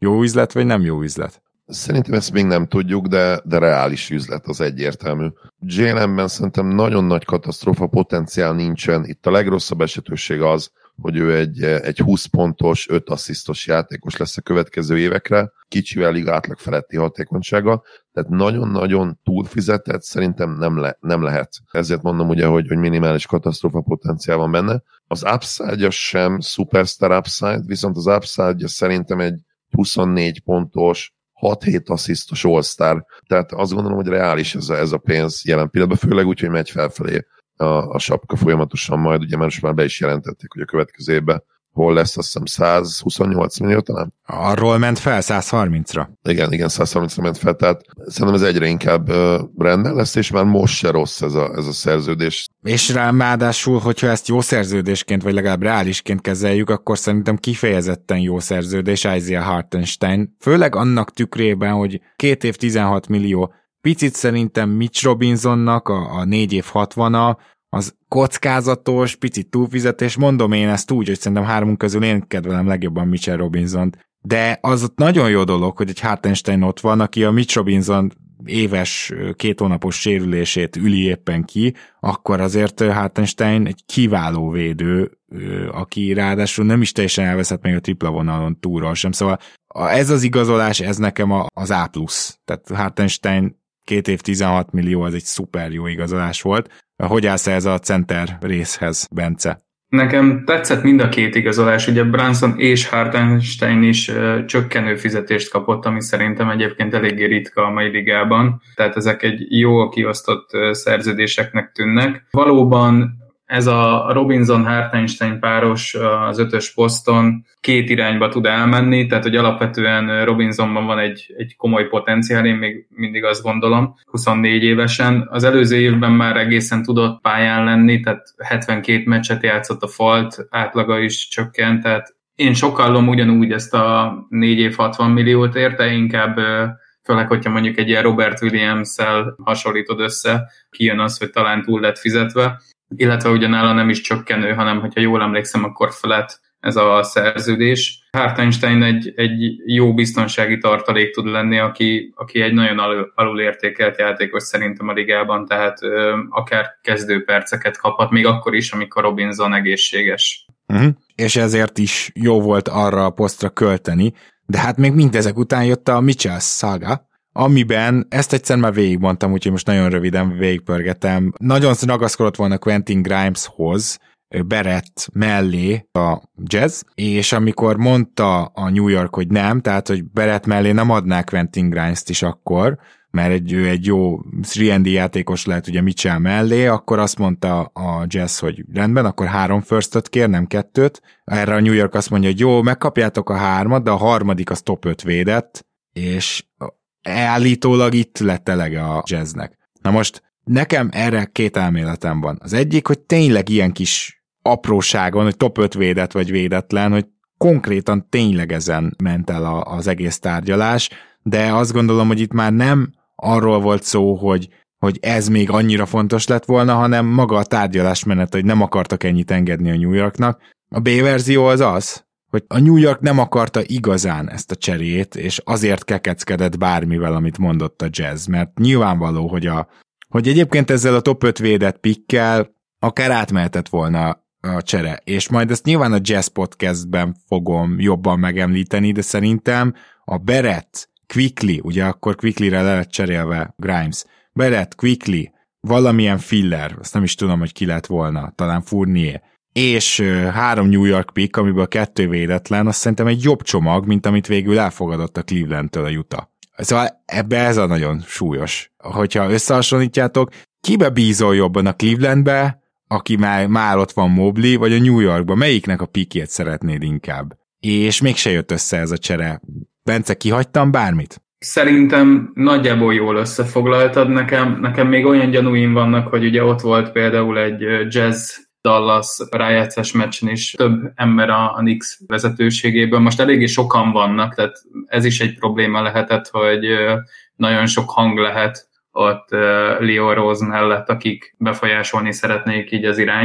Jó üzlet, vagy nem jó üzlet? Szerintem ezt még nem tudjuk, de, de reális üzlet az egyértelmű. Jalenben szerintem nagyon nagy katasztrófa potenciál nincsen. Itt a legrosszabb esetőség az, hogy ő egy, egy húsz pontos, öt asszisztos játékos lesz a következő évekre, kicsivel liga átlag feletti hatékonysága, tehát nagyon-nagyon túlfizetett szerintem nem, le, nem lehet. Ezért mondom ugye, hogy, hogy minimális katasztrófa potenciál van benne. Az upside-ja sem superstar upside, viszont az upside-ja szerintem egy huszonnégy pontos, hat-hét asszisztos all-star, tehát azt gondolom, hogy reális ez a, ez a pénz jelen pillanatban, főleg úgy, hogy megy felfelé a, a sapka folyamatosan majd, ugye most már be is jelentették, hogy a következő évben hol lesz, azt hiszem száz huszonnyolc millió talán? Arról ment fel száz harmincra. Igen, igen, száz harmincra ment fel, tehát szerintem ez egyre inkább uh, rendben lesz, és már most se rossz ez a, ez a szerződés. És ráadásul, hogyha ezt jó szerződésként, vagy legalább reálisként kezeljük, akkor szerintem kifejezetten jó szerződés Isaiah Hartenstein, főleg annak tükrében, hogy két év tizenhat millió, picit szerintem Mitch Robinsonnak a, a négy év hatvana, az kockázatos, picit túlfizetés, mondom én ezt úgy, hogy szerintem hármunk közül én kedvelem legjobban Mitchell Robinsont, de az ott nagyon jó dolog, hogy egy Hartenstein ott van, aki a Mitch Robinson éves, két hónapos sérülését üli éppen ki, akkor azért Hartenstein egy kiváló védő, aki ráadásul nem is teljesen elveszett még a tripla vonalon túlról sem, szóval ez az igazolás, ez nekem az A plusz, tehát Hartenstein két év tizenhat millió, az egy szuper jó igazolás volt. Hogy állsz ez a center részhez, Bence? Nekem tetszett mind a két igazolás, ugye Brunson és Hartenstein is uh, csökkenő fizetést kapott, ami szerintem egyébként eléggé ritka a mai ligában, tehát ezek egy jó kiosztott uh, szerződéseknek tűnnek. Valóban ez a Robinson-Hartenstein páros az ötös poszton két irányba tud elmenni, tehát hogy alapvetően Robinsonban van egy, egy komoly potenciál, én még mindig azt gondolom, huszonnégy évesen. Az előző évben már egészen tudott pályán lenni, tehát hetvenkét meccset játszott a falt, átlaga is csökkent, tehát én sokallom ugyanúgy ezt a négy év hatvan milliót érte, inkább főleg, hogyha mondjuk egy ilyen Robert Williams-szel hasonlítod össze, kijön az, hogy talán túl lett fizetve, illetve ugyanála nem is csökkenő, hanem hogyha jól emlékszem, akkor felett ez a szerződés. Hartenstein egy, egy jó biztonsági tartalék tud lenni, aki, aki egy nagyon alul, alulértékelt játékos szerintem a ligában, tehát ö, akár kezdőperceket kaphat, még akkor is, amikor Robinson egészséges. Uh-huh. És ezért is jó volt arra a posztra költeni, de hát még mindezek után jött a Mitchell saga, amiben ezt egyszer már végigmondtam, úgyhogy most nagyon röviden végigpörgetem. Nagyon ragaszkodott volna Quentin Grimeshoz, Barrett mellé a Jazz, és amikor mondta a New York, hogy nem, tehát hogy Barrett mellé nem adná Quentin Grimes-t is akkor, mert egy, ő egy jó három and D játékos lehet ugye Mitchell mellé, akkor azt mondta a Jazz, hogy rendben, akkor három firstot kér, nem kettőt. Erre a New York azt mondja, hogy jó, megkapjátok a hármat, de a harmadik az top öt védett, és állítólag itt lett elege a Jazznek. Na most nekem erre két elméletem van. Az egyik, hogy tényleg ilyen kis apróságon, hogy top öt védett vagy védetlen, hogy konkrétan tényleg ezen ment el a, az egész tárgyalás, de azt gondolom, hogy itt már nem arról volt szó, hogy, hogy ez még annyira fontos lett volna, hanem maga a tárgyalásmenet, hogy nem akartak ennyit engedni a New Yorknak. A B verzió az az, hogy a New York nem akarta igazán ezt a cserét, és azért kekeckedett bármivel, amit mondott a Jazz, mert nyilvánvaló, hogy, a, hogy egyébként ezzel a top öt védett pickkel akár átmehetett volna a csere, és majd ezt nyilván a Jazz podcastben fogom jobban megemlíteni, de szerintem a Barrett, Quickly, ugye akkor Quicklyre le lett cserélve Grimes, Barrett, Quickly, valamilyen filler, azt nem is tudom, hogy ki lett volna, talán Fournier, és uh, három New York pick, amiből kettő védetlen, azt szerintem egy jobb csomag, mint amit végül elfogadott a Clevelandtől a Utah. Szóval ebbe ez a nagyon súlyos. Hogyha összehasonlítjátok, kibe bízol jobban, a Clevelandbe, aki már, már ott van Mobley, vagy a New Yorkba, melyiknek a pickjét szeretnéd inkább? És mégse jött össze ez a csere. Bence, kihagytam bármit? Szerintem nagyjából jól összefoglaltad nekem. Nekem még olyan gyanúim vannak, hogy ugye ott volt például egy Jazz Dallas rájátszás meccsen is több ember a, a Knicks vezetőségéből. Most eléggé sokan vannak, tehát ez is egy probléma lehetett, hogy nagyon sok hang lehet ott Leo Rose mellett, akik befolyásolni szeretnék így az irányt.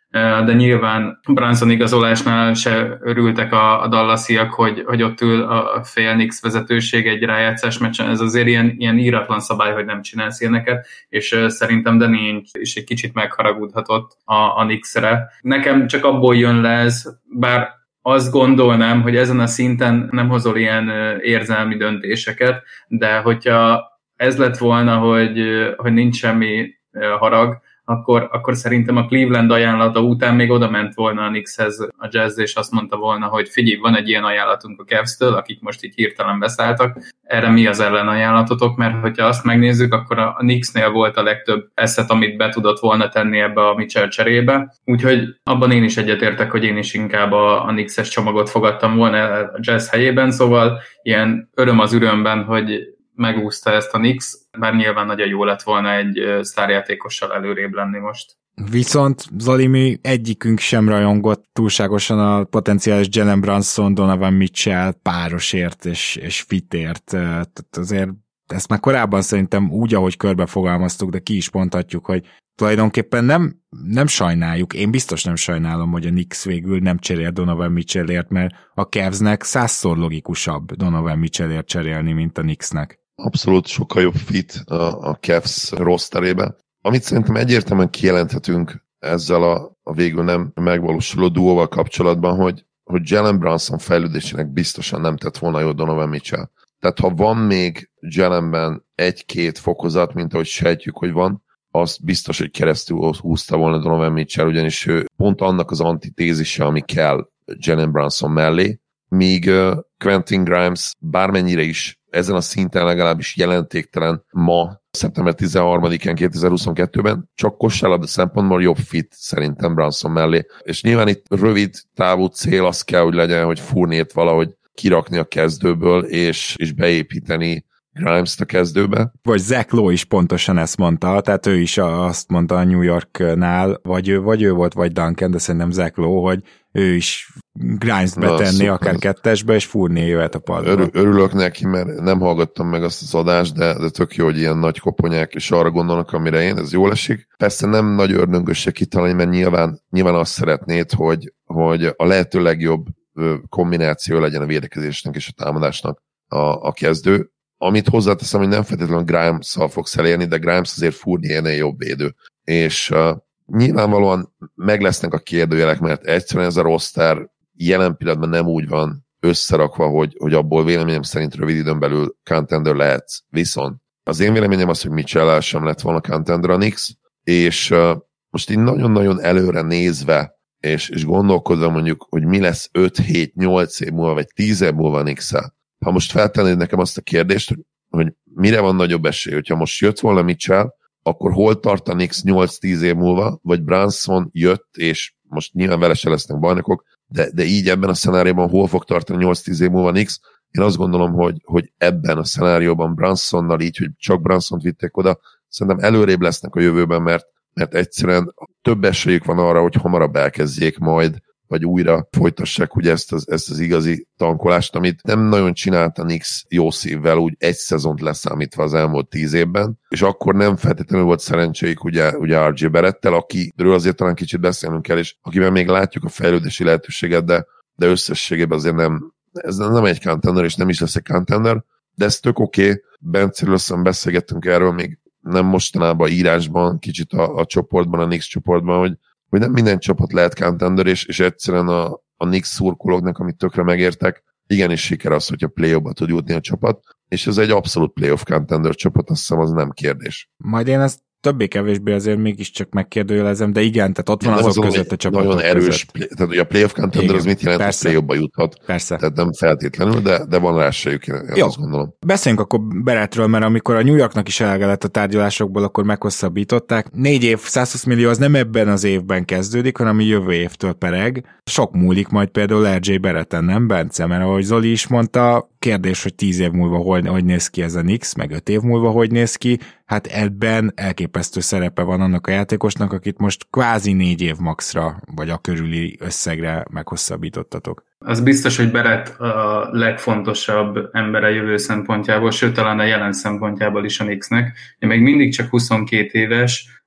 de nyilván Brunson igazolásnál se örültek a, a Dallasiak, hogy, hogy ott ül a fél Knicks vezetőség egy rájátszás meccsen. Ez azért ilyen, ilyen íratlan szabály, hogy nem csinálsz ilyeneket, és szerintem Danny is egy kicsit megharagudhatott a, a Knicksre. Nekem csak abból jön le ez, bár azt gondolnám, hogy ezen a szinten nem hozol ilyen érzelmi döntéseket, de hogyha ez lett volna, hogy, hogy nincs semmi harag, akkor, akkor szerintem a Cleveland ajánlata után még oda ment volna a Knickshez a Jazz, és azt mondta volna, hogy figyelj, van egy ilyen ajánlatunk a Cavs-től, akik most így hirtelen beszálltak, erre mi az ellenajánlatotok, mert hogyha azt megnézzük, akkor a Knicksnél volt a legtöbb asset, amit be tudott volna tenni ebbe a Mitchell cserébe, úgyhogy abban én is egyetértek, hogy én is inkább a, a Knicks-es csomagot fogadtam volna a Jazz helyében, szóval ilyen öröm az ürömben, hogy megúszta ezt a Knicks, bár nyilván nagyon jó lett volna egy sztárjátékossal előrébb lenni most. Viszont Zoli, mi egyikünk sem rajongott túlságosan a potenciális Jalen Brunson, Donovan Mitchell párosért és, és fitért. Tehát azért ezt már korábban szerintem úgy, ahogy körbefogalmaztuk, de ki is mondhatjuk, hogy tulajdonképpen nem, nem sajnáljuk, én biztos nem sajnálom, hogy a Knicks végül nem cserél Donovan Mitchellért, mert a Cavsnek százszor logikusabb Donovan Mitchellért cserélni, mint a Knicksnek. Abszolút sokkal jobb fit a, a Cavs rosterébe. Amit szerintem egyértelműen kijelenthetünk ezzel a, a végül nem megvalósuló duóval kapcsolatban, hogy, hogy Jalen Brunson fejlődésének biztosan nem tett volna jó Donovan Mitchell. Tehát ha van még Jalenben egy-két fokozat, mint ahogy sejtjük, hogy van, az biztos, hogy keresztül húzta volna Donovan Mitchell, ugyanis ő pont annak az antitézise, ami kell Jalen Brunson mellé, míg uh, Quentin Grimes bármennyire is ezen a szinten legalábbis jelentéktelen ma, szeptember tizenharmadikán kétezer-huszonkettőben, csak kosárlabda szempontból jobb fit szerintem Brunson mellé. És nyilván itt rövid távú cél az kell, hogy legyen, hogy Fourniert valahogy kirakni a kezdőből, és, és beépíteni Grimes-t a kezdőbe. Vagy Zach Lowe is pontosan ezt mondta, tehát ő is azt mondta a New Yorknál, vagy ő, vagy ő volt, vagy Duncan, de szerintem Zach Lowe, hogy ő is Grimes-t betenni akár kettesbe, és Fournier jöhet a padra. Örül, örülök neki, mert nem hallgattam meg azt az adást, de, de tök jó, hogy ilyen nagy koponyák, és arra gondolnak, amire én, ez jól esik. Persze nem nagy ördöngösség kitalálni, mert nyilván, nyilván azt szeretnéd, hogy, hogy a lehető legjobb kombináció legyen a védekezésnek és a támadásnak a, a kezdő. Amit hozzáteszem, hogy nem feltétlenül Grimes-szal fogsz elérni, de Grimes azért Fourniernél jobb védő. És uh, nyilvánvalóan meg lesznek a kérdőjelek, mert egyszerűen ez a roster jelen pillanatban nem úgy van összerakva, hogy, hogy abból véleményem szerint rövid időn belül contender lehetsz. Viszont az én véleményem az, hogy Mitchell sem lett volna contender a Knicks, és uh, most így nagyon-nagyon előre nézve, és, és gondolkodva mondjuk, hogy mi lesz öt hét nyolc év múlva, vagy tíz év múlva a Knicks-el. Ha most feltennéd nekem azt a kérdést, hogy, hogy mire van nagyobb esély, hogyha most jött volna Mitchell, akkor hol tart a Knicks nyolc-tíz év múlva, vagy Brunson jött, és most nyilván vele se lesznek bajnokok, de, de így ebben a szenárióban hol fog tartani nyolc-tíz év múlva Knicks? Én azt gondolom, hogy, hogy ebben a szenárióban Brunsonnal így, hogy csak Brunsont vitték oda, szerintem előrébb lesznek a jövőben, mert, mert egyszerűen több esélyük van arra, hogy hamarabb elkezdjék majd, vagy újra folytassák ugye ezt az, ezt az igazi tankolást, amit nem nagyon csinált a Knicks jó szívvel, úgy egy szezont leszámítva az elmúlt tíz évben, és akkor nem feltétlenül volt szerencséjük ugye, ugye er jé Barrettel, akiről azért talán kicsit beszélnünk kell, és akiben még látjuk a fejlődési lehetőséget, de, de összességében azért nem, ez nem egy contender, és nem is lesz egy contender, de ez tök oké, okay. Benceről aztán beszélgettünk erről még nem mostanában írásban, kicsit a, a csoportban, a Knicks csoportban, hogy hogy nem minden csapat lehet contender, és, és egyszerűen a, a Knicks szurkolóknak, amit tökre megértek, igenis siker az, hogyha play-offba tud jutni a csapat, és ez egy abszolút playoff contender csapat, azt hiszem, az nem kérdés. Majd én ezt többé-kevésbé azért mégiscsak megkérdőjelezem, de igen, tehát ott van azok azon, között a csapatok nagyon erős, play, tehát ugye a playoff contender igen, az mit jelent, persze, hogy play-offba juthat. Persze. Tehát nem feltétlenül, de, de van rá esélyük, én jó, azt gondolom. Beszéljünk akkor Barrettről, mert amikor a New Yorknak is elege lett a tárgyalásokból, akkor meghosszabbították. Négy év, százhúsz millió az nem ebben az évben kezdődik, hanem a jövő évtől pereg. Sok múlik majd például er jé Barretten, nem Bence? Mert ahogy Zoli is mondta, kérdés, hogy tíz év múlva hogy, hogy néz ki ez a Knicks, meg öt év múlva hogy néz ki, hát ebben elképesztő szerepe van annak a játékosnak, akit most kvázi négy év maxra, vagy a körüli összegre meghosszabbítottatok. Az biztos, hogy Barrett a legfontosabb embere jövő szempontjából, sőt talán a jelen szempontjából is a Knicksnek. Még mindig csak huszonkét éves,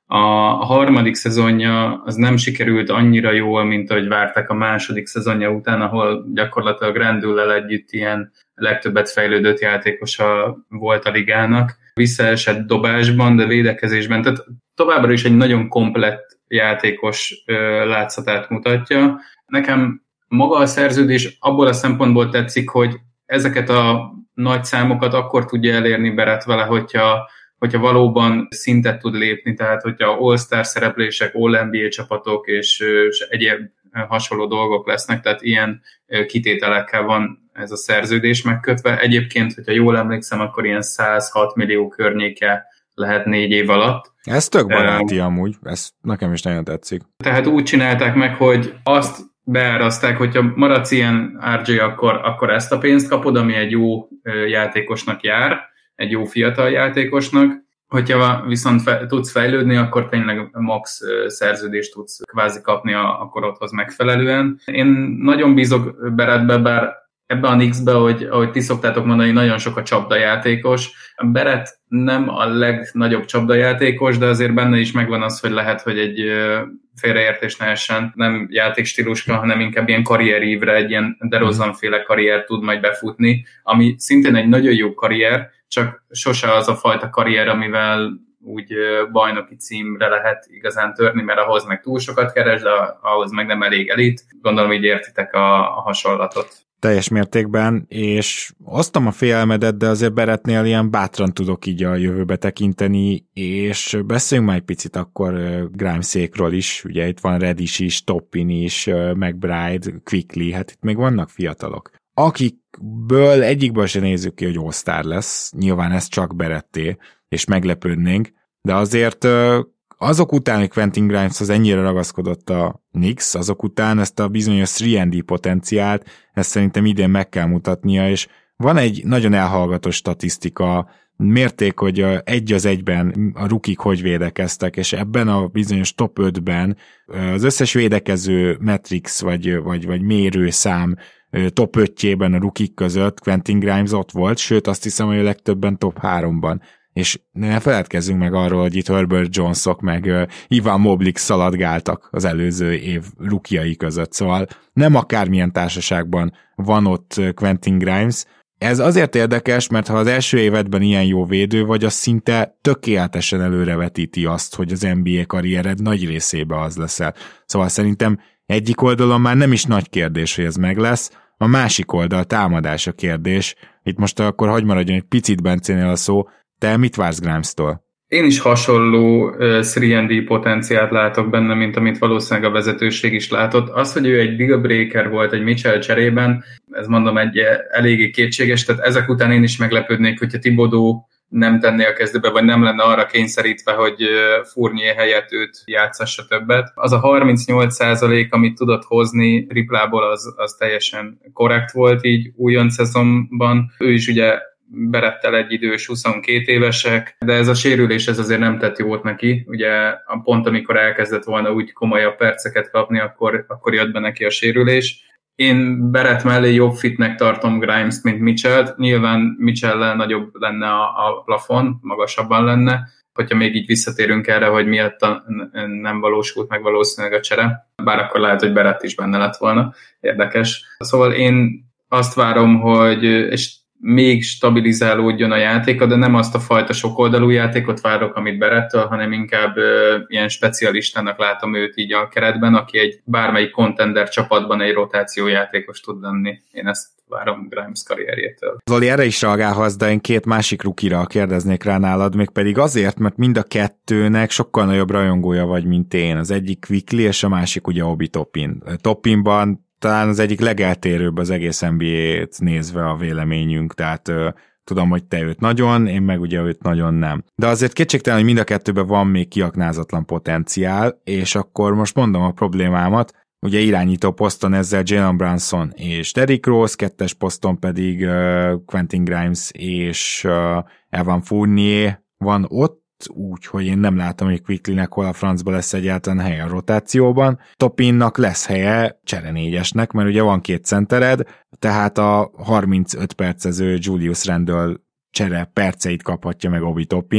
A harmadik szezonja az nem sikerült annyira jól, mint ahogy várták a második szezonja után, ahol gyakorlatilag Randall-lel együtt ilyen legtöbbet fejlődött játékosa volt a ligának. Visszaesett dobásban, de védekezésben, tehát továbbra is egy nagyon komplett játékos látszatát mutatja. Nekem maga a szerződés abból a szempontból tetszik, hogy ezeket a nagy számokat akkor tudja elérni Barrett vele, hogyha, hogyha valóban szintet tud lépni, tehát hogyha All-Star szereplések, All-en bé á csapatok és, és egyéb hasonló dolgok lesznek, tehát ilyen kitételekkel van ez a szerződés megkötve. Egyébként, hogyha jól emlékszem, akkor ilyen száz hat millió környéke lehet négy év alatt. Ez tök baráti uh, amúgy, ez nekem is nagyon tetszik. Tehát úgy csinálták meg, hogy azt beárazták, hogyha maradsz ilyen er jé, akkor, akkor ezt a pénzt kapod, ami egy jó játékosnak jár, egy jó fiatal játékosnak. Hogyha viszont fe, tudsz fejlődni, akkor tényleg max szerződést tudsz kvázi kapni a, a korodhoz megfelelően. Én nagyon bízok Barrettbe, bár ebbe a Knicksbe, hogy, ahogy ti szoktátok mondani, nagyon sok a csapdajátékos. Barrett nem a legnagyobb csapdajátékos, de azért benne is megvan az, hogy lehet, hogy egy félreértés ne essen, nem játékstíluska, hanem inkább ilyen karrierívre, egy ilyen DeRozan-féle karrier tud majd befutni, ami szintén egy nagyon jó karrier, csak sose az a fajta karrier, amivel úgy bajnoki címre lehet igazán törni, mert ahhoz meg túl sokat keres, de ahhoz meg nem elég elit. Gondolom, így értitek a, a hasonlatot. Teljes mértékben, és osztom a félelmedet, de azért Barrettnél ilyen bátran tudok így a jövőbe tekinteni, és beszéljünk már egy picit akkor Grimesékról is, ugye itt van Reddish is, Toppin is, McBride, Quickly, hát itt még vannak fiatalok. Akikből egyikből se nézzük ki, hogy All-Star lesz, nyilván ez csak Barretté, és meglepődnénk, de azért azok után, hogy Quentin Grimeshoz ennyire ragaszkodott a Knicks, azok után ezt a bizonyos három and dé potenciált, ezt szerintem idén meg kell mutatnia, és van egy nagyon elhallgató statisztika, mérték, hogy egy az egyben a rukik hogy védekeztek, és ebben a bizonyos top ötben az összes védekező metrix, vagy, vagy, vagy mérőszám top ötjében a rukik között Quentin Grimes ott volt, sőt azt hiszem, hogy a legtöbben top háromban. És ne feledkezzünk meg arról, hogy itt Herbert Jonesok meg uh, Ivan Moblik szaladgáltak az előző év rukiai között, szóval nem akármilyen társaságban van ott Quentin Grimes. Ez azért érdekes, mert ha az első évedben ilyen jó védő vagy, az szinte tökéletesen előrevetíti azt, hogy az en bé á karriered nagy részében az leszel. Szóval szerintem egyik oldalon már nem is nagy kérdés, hogy ez meg lesz, a másik oldal támadás a kérdés. Itt most akkor hagyj maradjon egy picit Bencénél a szó. Te mit vársz Grimes-tól? Én is hasonló uh, három and dé potenciált látok benne, mint amit valószínűleg a vezetőség is látott. Az, hogy ő egy deal breaker volt egy Mitchell cserében, ez mondom egy eléggé kétséges, tehát ezek után én is meglepődnék, hogyha Thibodeau nem tenné a kezdőbe, vagy nem lenne arra kényszerítve, hogy Fournier helyett őt játszassa többet. Az a harmincnyolc százalék, amit tudott hozni triplából, az, az teljesen korrekt volt így újon szezonban. Ő is ugye Barrettel egy idős, huszonkét évesek, de ez a sérülés ez azért nem tett jót neki. Ugye a pont, amikor elkezdett volna úgy komolyabb perceket kapni, akkor, akkor jött be neki a sérülés. Én Barrett mellé jobb fitnek tartom Grimes-t, mint Mitchell-t. Nyilván Mitchell-lel nagyobb lenne a, a plafon, magasabban lenne. Hogyha még így visszatérünk erre, hogy miatt nem valósult meg valószínűleg a csere, bár akkor lehet, hogy Barrett is benne lett volna. Érdekes. Szóval én azt várom, hogy és még stabilizálódjon a játéka, de nem azt a fajta sokoldalú játékot várok, amit Barrettől, hanem inkább ö, ilyen specialistának látom őt így a keretben, aki egy bármelyik contender csapatban egy rotációjátékos tud lenni. Én ezt várom Grimes karrierjétől. Zoli, erre is reagálhatsz, de én két másik rukira kérdeznék rá nálad, mégpedig azért, mert mind a kettőnek sokkal nagyobb rajongója vagy, mint én. Az egyik Quickly, és a másik ugye Obi Toppin. Toppinban talán az egyik legeltérőbb az egész en bé á-t nézve a véleményünk, tehát ö, tudom, hogy te őt nagyon, én meg ugye őt nagyon nem. De azért kétségtelen, hogy mind a kettőben van még kiaknázatlan potenciál, és akkor most mondom a problémámat, ugye irányító poszton ezzel Jalen Brunson és Derrick Rose, kettes poszton pedig uh, Quentin Grimes és uh, Evan Fournier van ott, úgy, hogy én nem látom, hogy Quicklynek hol a francba lesz egyáltalán helye a rotációban. Toppinnak lesz helye cserenégyesnek, mert ugye van két centered, tehát a harmincöt percező Julius Randle csere perceit kaphatja meg Obi Toppin.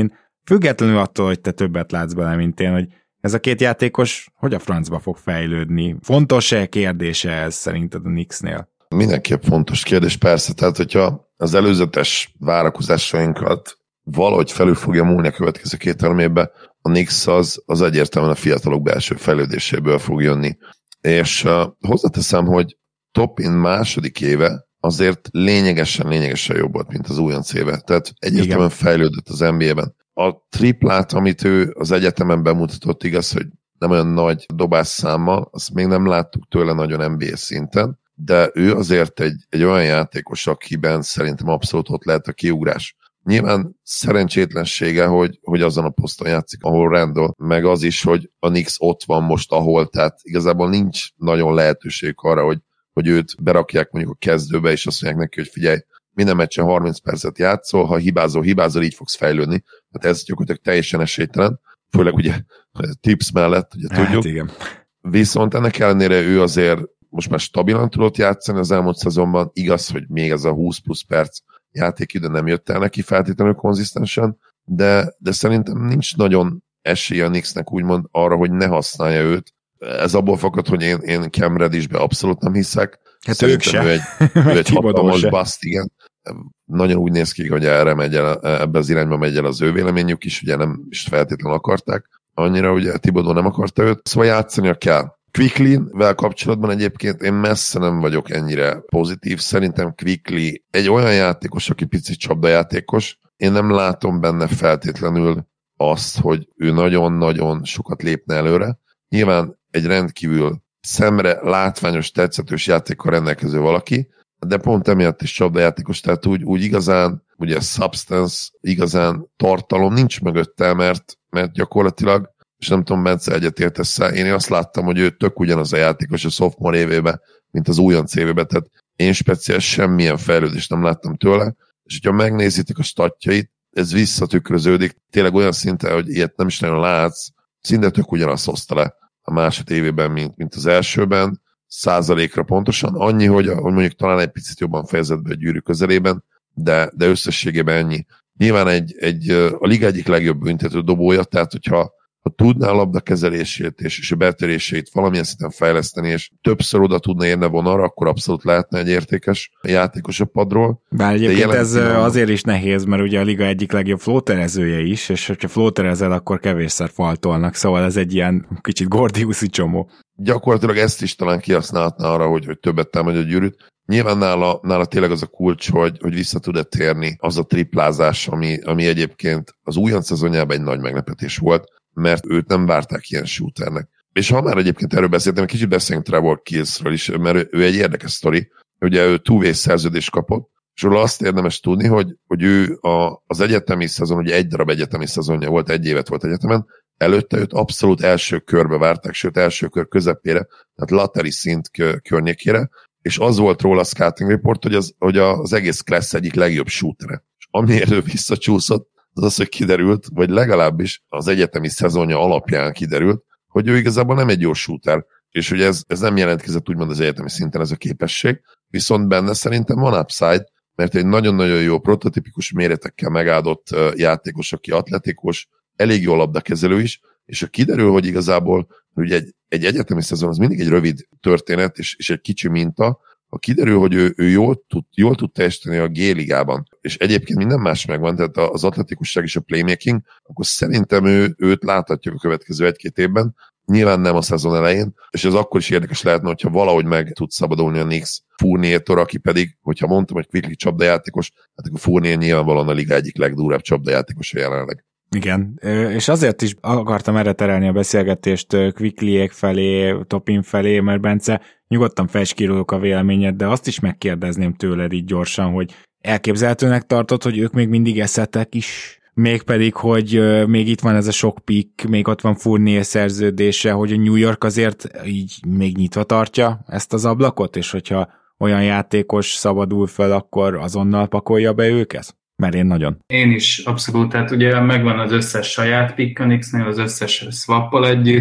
Függetlenül attól, hogy te többet látsz bele, mint én, hogy ez a két játékos hogy a francba fog fejlődni? Fontos-e kérdése ez szerinted a Knicksnél? Mindenképp fontos kérdés, persze. Tehát, hogyha az előzetes várakozásainkat valahogy felül fogja múlni a következő két-három évben, a Knicks az, az egyértelműen a fiatalok belső fejlődéséből fog jönni. És uh, hozzáteszem, hogy Toppin második éve azért lényegesen, lényegesen jobb volt, mint az újonc éve. Tehát egyértelműen igen, fejlődött az en bé á-ben. A triplát, amit ő az egyetemen bemutatott, igaz, hogy nem olyan nagy dobásszámmal, azt még nem láttuk tőle nagyon en bé á szinten, de ő azért egy, egy olyan játékos, akiben szerintem abszolút ott lehet a kiugrás. Nyilván szerencsétlensége, hogy, hogy azon a poszton játszik, ahol Randall, meg az is, hogy a Knicks ott van most, ahol, tehát igazából nincs nagyon lehetőség arra, hogy, hogy őt berakják mondjuk a kezdőbe, és azt mondják neki, hogy figyelj, minden meccsen harminc percet játszol, ha hibázol, hibázol, így fogsz fejlődni. Tehát ez gyakorlatilag teljesen esélytelen, főleg ugye tips mellett, ugye hát tudjuk. Igen. Viszont ennek ellenére ő azért most már stabilan tudott játszani az elmúlt szezonban, igaz, hogy még ez a húsz plusz perc játékidő nem jött el neki feltétlenül konzisztensen, de, de szerintem nincs nagyon esélye a Knicksnek úgymond arra, hogy ne használja őt. Ez abból fakad, hogy én, én Cam Reddishbe abszolút nem hiszek. Hát szerintem ők ő egy, ő egy hatalmas baszt, igen. Nagyon úgy néz ki, hogy erre megy el, ebbe az irányba megy el az ő véleményük is, ugye nem is feltétlenül akarták. Annyira ugye Thibodeau nem akarta őt, szóval játszania kell. Quickley-vel kapcsolatban egyébként én messze nem vagyok ennyire pozitív. Szerintem Quickley egy olyan játékos, aki picit csapdajátékos. Én nem látom benne feltétlenül azt, hogy ő nagyon-nagyon sokat lépne előre. Nyilván egy rendkívül szemre látványos, tetszetős játékkal rendelkező valaki, de pont emiatt is csapdajátékos, tehát úgy, úgy igazán, ugye substance, igazán tartalom nincs mögötte, mert, mert gyakorlatilag, és nem tudom, Bence egyetértesz-e, én azt láttam, hogy ő tök ugyanaz a játékos a sophomore évében, mint az újonc évében, tehát én speciális semmilyen fejlődést nem láttam tőle, és hogyha megnézitek a statjait, ez visszatükröződik, tényleg olyan szinten, hogy ilyet nem is nagyon látsz, szinte tök ugyanazt hozta le a másod évében, mint, mint az elsőben, százalékra pontosan, annyi, hogy, hogy mondjuk talán egy picit jobban fejezett be a gyűrű közelében, de, de összességében ennyi. Nyilván egy, egy, a liga egyik legjobb büntető dobója, tehát hogyha ha tudná a labda kezelését és, és a betörését valamilyen szinten fejleszteni, és többször oda tudna érne vonalra, akkor abszolút lehetne egy értékes játékos a padról. Bár egyébként ez azért is nehéz, mert ugye a liga egyik legjobb flóterezője is, és hogyha flóterezel, akkor kevésszer faltolnak, szóval ez egy ilyen kicsit gordiuszi csomó. Gyakorlatilag ezt is talán kihasználhatná arra, hogy, hogy többet támadja a gyűrűt. Nyilván nála, nála tényleg az a kulcs, hogy, hogy vissza tud-e térni az a triplázás, ami, ami egyébként az újonc szezonjában egy nagy meglepetés volt, mert őt nem várták ilyen shooternek. És ha már egyébként erről beszéltem, egy kicsit beszélünk Trevor Keelsről is, mert ő, ő egy érdekes sztori. Ugye ő two-way szerződést kapott, és róla azt érdemes tudni, hogy, hogy ő a, az egyetemi szezon, ugye egy darab egyetemi szezonja volt, egy évet volt egyetemen, előtte őt abszolút első körbe várták, sőt első kör közepére, tehát lateri szint környékére, és az volt róla a scouting report, hogy az, hogy az egész class egyik legjobb shootere. És amiért ő visszacsúszott, az az, hogy kiderült, vagy legalábbis az egyetemi szezonja alapján kiderült, hogy ő igazából nem egy jó shooter, és hogy ez, ez nem jelentkezett úgymond az egyetemi szinten ez a képesség, viszont benne szerintem van upside, mert egy nagyon-nagyon jó prototipikus méretekkel megáldott játékos, aki atletikus, elég jó labdakezelő is, és ha kiderül, hogy igazából ugye egy, egy egyetemi szezon az mindig egy rövid történet, és, és egy kicsi minta, ha kiderül, hogy ő, ő jól, tud, jól tud teljesíteni a G-ligában, és egyébként minden más megvan, tehát az atletikusság és a playmaking, akkor szerintem ő, őt láthatjuk a következő egy-két évben, nyilván nem a szezon elején, és ez akkor is érdekes lehetne, hogyha valahogy meg tud szabadulni a Knicks Fournier-től, aki pedig, hogyha mondtam, hogy Quickley csapdajátékos, hát akkor Fournier nyilvánvalóan a liga egyik legdurvább csapdajátékosa jelenleg. Igen, és azért is akartam erre terelni a beszélgetést Quickleyék felé, Toppin felé, mert Bence, nyugodtan fejtsd ki róluk a véleményed, de azt is megkérdezném tőled így gyorsan, hogy elképzelhetőnek tartod, hogy ők még mindig eszetek is, mégpedig, hogy még itt van ez a sok pick, még ott van Fournier szerződése, hogy a New York azért így még nyitva tartja ezt az ablakot, és hogyha olyan játékos szabadul fel, akkor azonnal pakolja be őket? Mert én nagyon. Én is abszolút, tehát ugye megvan az összes saját pick a Knicksnél, az összes swappal együtt,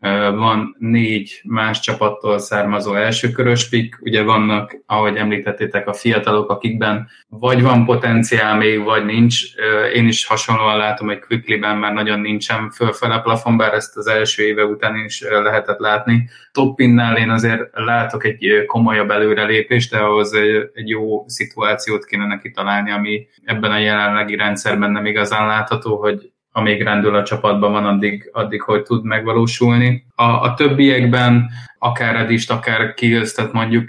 van négy más csapattól származó elsőkörös pick, ugye vannak, ahogy említettétek, a fiatalok, akikben vagy van potenciál még, vagy nincs. Én is hasonlóan látom, hogy Quicklyben már nagyon nincsen fölfele plafon, bár ezt az első éve után is lehetett látni. Toppinál én azért látok egy komolyabb előrelépést, de ahhoz egy jó szituációt kéne neki találni, ami ebben a jelenlegi rendszerben nem igazán látható, hogy amíg rendül a csapatban van, addig, addig hogy tud megvalósulni. A, a többiekben, akár Redist, akár Kills, tehát mondjuk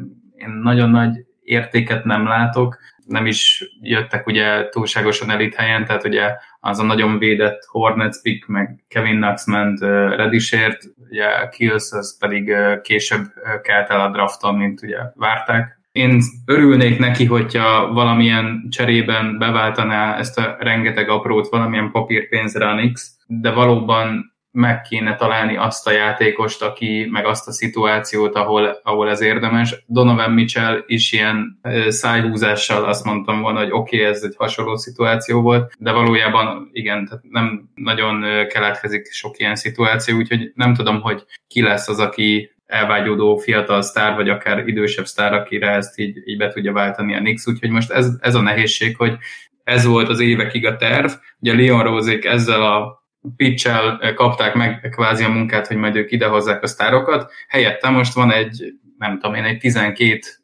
én nagyon nagy értéket nem látok, nem is jöttek ugye túlságosan elit helyen, tehát ugye az a nagyon védett Hornets pick, meg Kevin Knox ment Redisért, ugye Kills az pedig később kelt el a drafton, mint ugye várták. Én örülnék neki, hogyha valamilyen cserében beváltaná ezt a rengeteg aprót valamilyen papírpénzre a Knicks, de valóban meg kéne találni azt a játékost, aki, meg azt a szituációt, ahol, ahol ez érdemes. Donovan Mitchell is ilyen szájhúzással azt mondtam volna, hogy oké, okay, ez egy hasonló szituáció volt, de valójában igen, tehát nem nagyon keletkezik sok ilyen szituáció, úgyhogy nem tudom, hogy ki lesz az, aki elvágyódó fiatal sztár, vagy akár idősebb sztár, akire ezt így, így be tudja váltani a Knicks, úgyhogy most ez, ez a nehézség, hogy ez volt az évekig a terv, ugye Leon Rose-ék ezzel a pitch-el kapták meg kvázi a munkát, hogy majd ők idehozzák a sztárokat, helyette most van egy, nem tudom én, egy tizenkét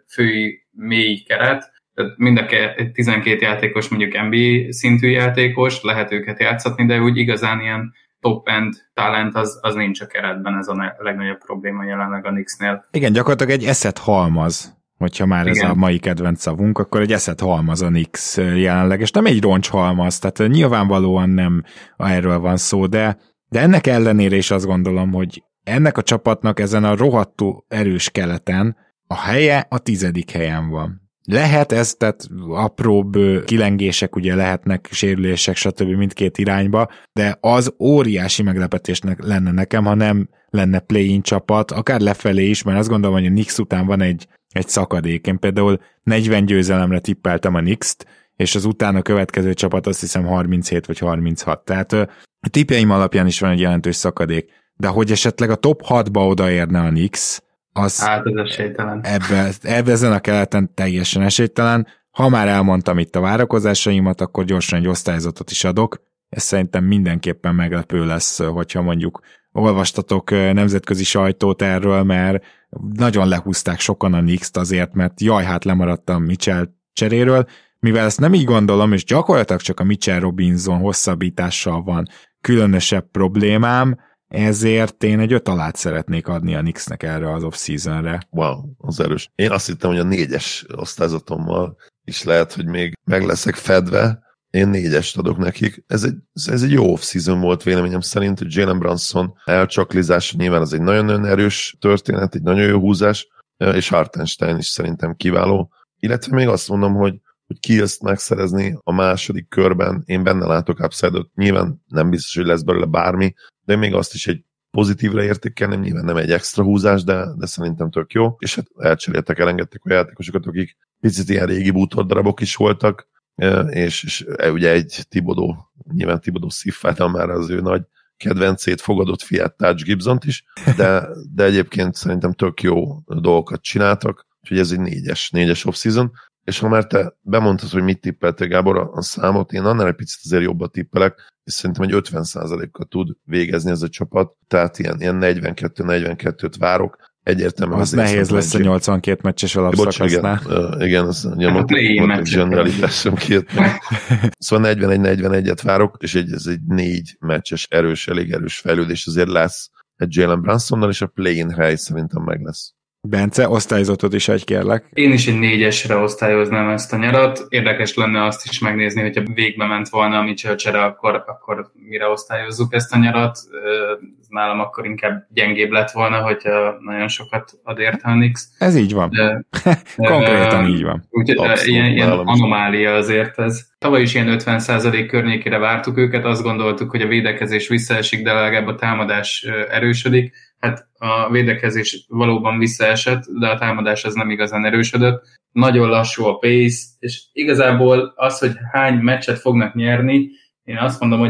fői mély keret, tehát mind a tizenkét játékos mondjuk en bé á szintű játékos, lehet őket játszatni, de úgy igazán ilyen top-end talent az, az nincs a keretben, ez a legnagyobb probléma jelenleg a Knicksnél. Igen, gyakorlatilag egy asset halmaz, hogyha már igen. Ez a mai kedvenc szavunk, akkor egy asset halmaz a Knicks jelenleg, és nem egy roncs halmaz, tehát nyilvánvalóan nem erről van szó, de, de ennek ellenére is azt gondolom, hogy ennek a csapatnak ezen a rohadtul erős keleten a helye a tizedik helyen van. Lehet ez, tehát apróbb kilengések ugye lehetnek, sérülések, stb. Mindkét irányba, de az óriási meglepetésnek lenne nekem, ha nem lenne play-in csapat, akár lefelé is, mert azt gondolom, hogy a Knicks után van egy, egy szakadék. Én például negyven győzelemre tippeltem a Knicks-t, és az utána következő csapat azt hiszem harminchét vagy harminchat. Tehát a tippjeim alapján is van egy jelentős szakadék, de hogy esetleg a top hatba odaérne a Knicks, az hát ez esélytelen. Ebbe, ebbe ezen a keleten teljesen esélytelen. Ha már elmondtam itt a várakozásaimat, akkor gyorsan egy osztályzatot is adok. Ez szerintem mindenképpen meglepő lesz, hogyha mondjuk olvastatok nemzetközi sajtót erről, mert nagyon lehúzták sokan a Knicks-t azért, mert jaj, hát lemaradtam Mitchell cseréről, mivel ezt nem így gondolom, és gyakorlatilag csak a Mitchell Robinson hosszabbítással van különösebb problémám, ezért én egy öt alát szeretnék adni a Knicksnek erre az off-seasonre. Wow, az erős. Én azt hittem, hogy a négyes osztályzatommal is lehet, hogy még meg leszek fedve. Én négyest adok nekik. Ez egy, ez egy jó off-season volt véleményem szerint, hogy Jalen Brunson elcsaklizása nyilván az egy nagyon-nagyon erős történet, egy nagyon jó húzás, és Hartenstein is szerintem kiváló. Illetve még azt mondom, hogy hogy Kills-t megszerezni a második körben, én benne látok upside-ot, nyilván nem biztos, hogy lesz belőle bármi, de még azt is egy pozitívra értékelnem, nyilván nem egy extra húzás, de, de szerintem tök jó, és hát elcseréltek, elengedték a játékosokat, akik picit ilyen régi bútordarabok is voltak, és, és ugye egy Thibodeau, nyilván Thibodeau szívfájtal már az ő nagy kedvencét fogadott fiát Taj Gibsont is, de, de egyébként szerintem tök jó dolgokat csináltak, úgyhogy ez egy négyes, négyes off-season. És ha már te bemondtad, hogy mit tippeltél, Gábor, a számot, én annál egy picit azért jobban tippelek, és szerintem egy ötven százalékkal tud végezni ez a csapat, tehát ilyen, ilyen negyvenkettő negyvenkettőt várok. Egyértelműen az nehéz lesz a nyolcvankét meccses alapszakasznál. Igen, igen, az a generalitásom két. Szóval negyvenegy negyvenegyet várok, és egy, ez egy négy meccses erős, elég erős fejlődés azért lesz egy Jalen Brunsonnal, és a play-in hely szerintem meg lesz. Bence, osztályzatot is egy kérlek. Én is egy négyesre osztályoznám ezt a nyarat. Érdekes lenne azt is megnézni, hogyha végbe ment volna a Mitchell csere, akkor, akkor mire osztályozzuk ezt a nyarat. Nálam akkor inkább gyengébb lett volna, hogyha nagyon sokat ad érte a Knicks. Ez így van. De, Konkrétan így van. Úgyhogy ilyen, ilyen anomália azért ez. Tavaly is ilyen ötven százalék környékére vártuk őket, azt gondoltuk, hogy a védekezés visszaesik, de legalább a támadás erősödik. Hát a védekezés valóban visszaesett, de a támadás az nem igazán erősödött. Nagyon lassú a pace, és igazából az, hogy hány meccset fognak nyerni, én azt mondom, hogy ilyen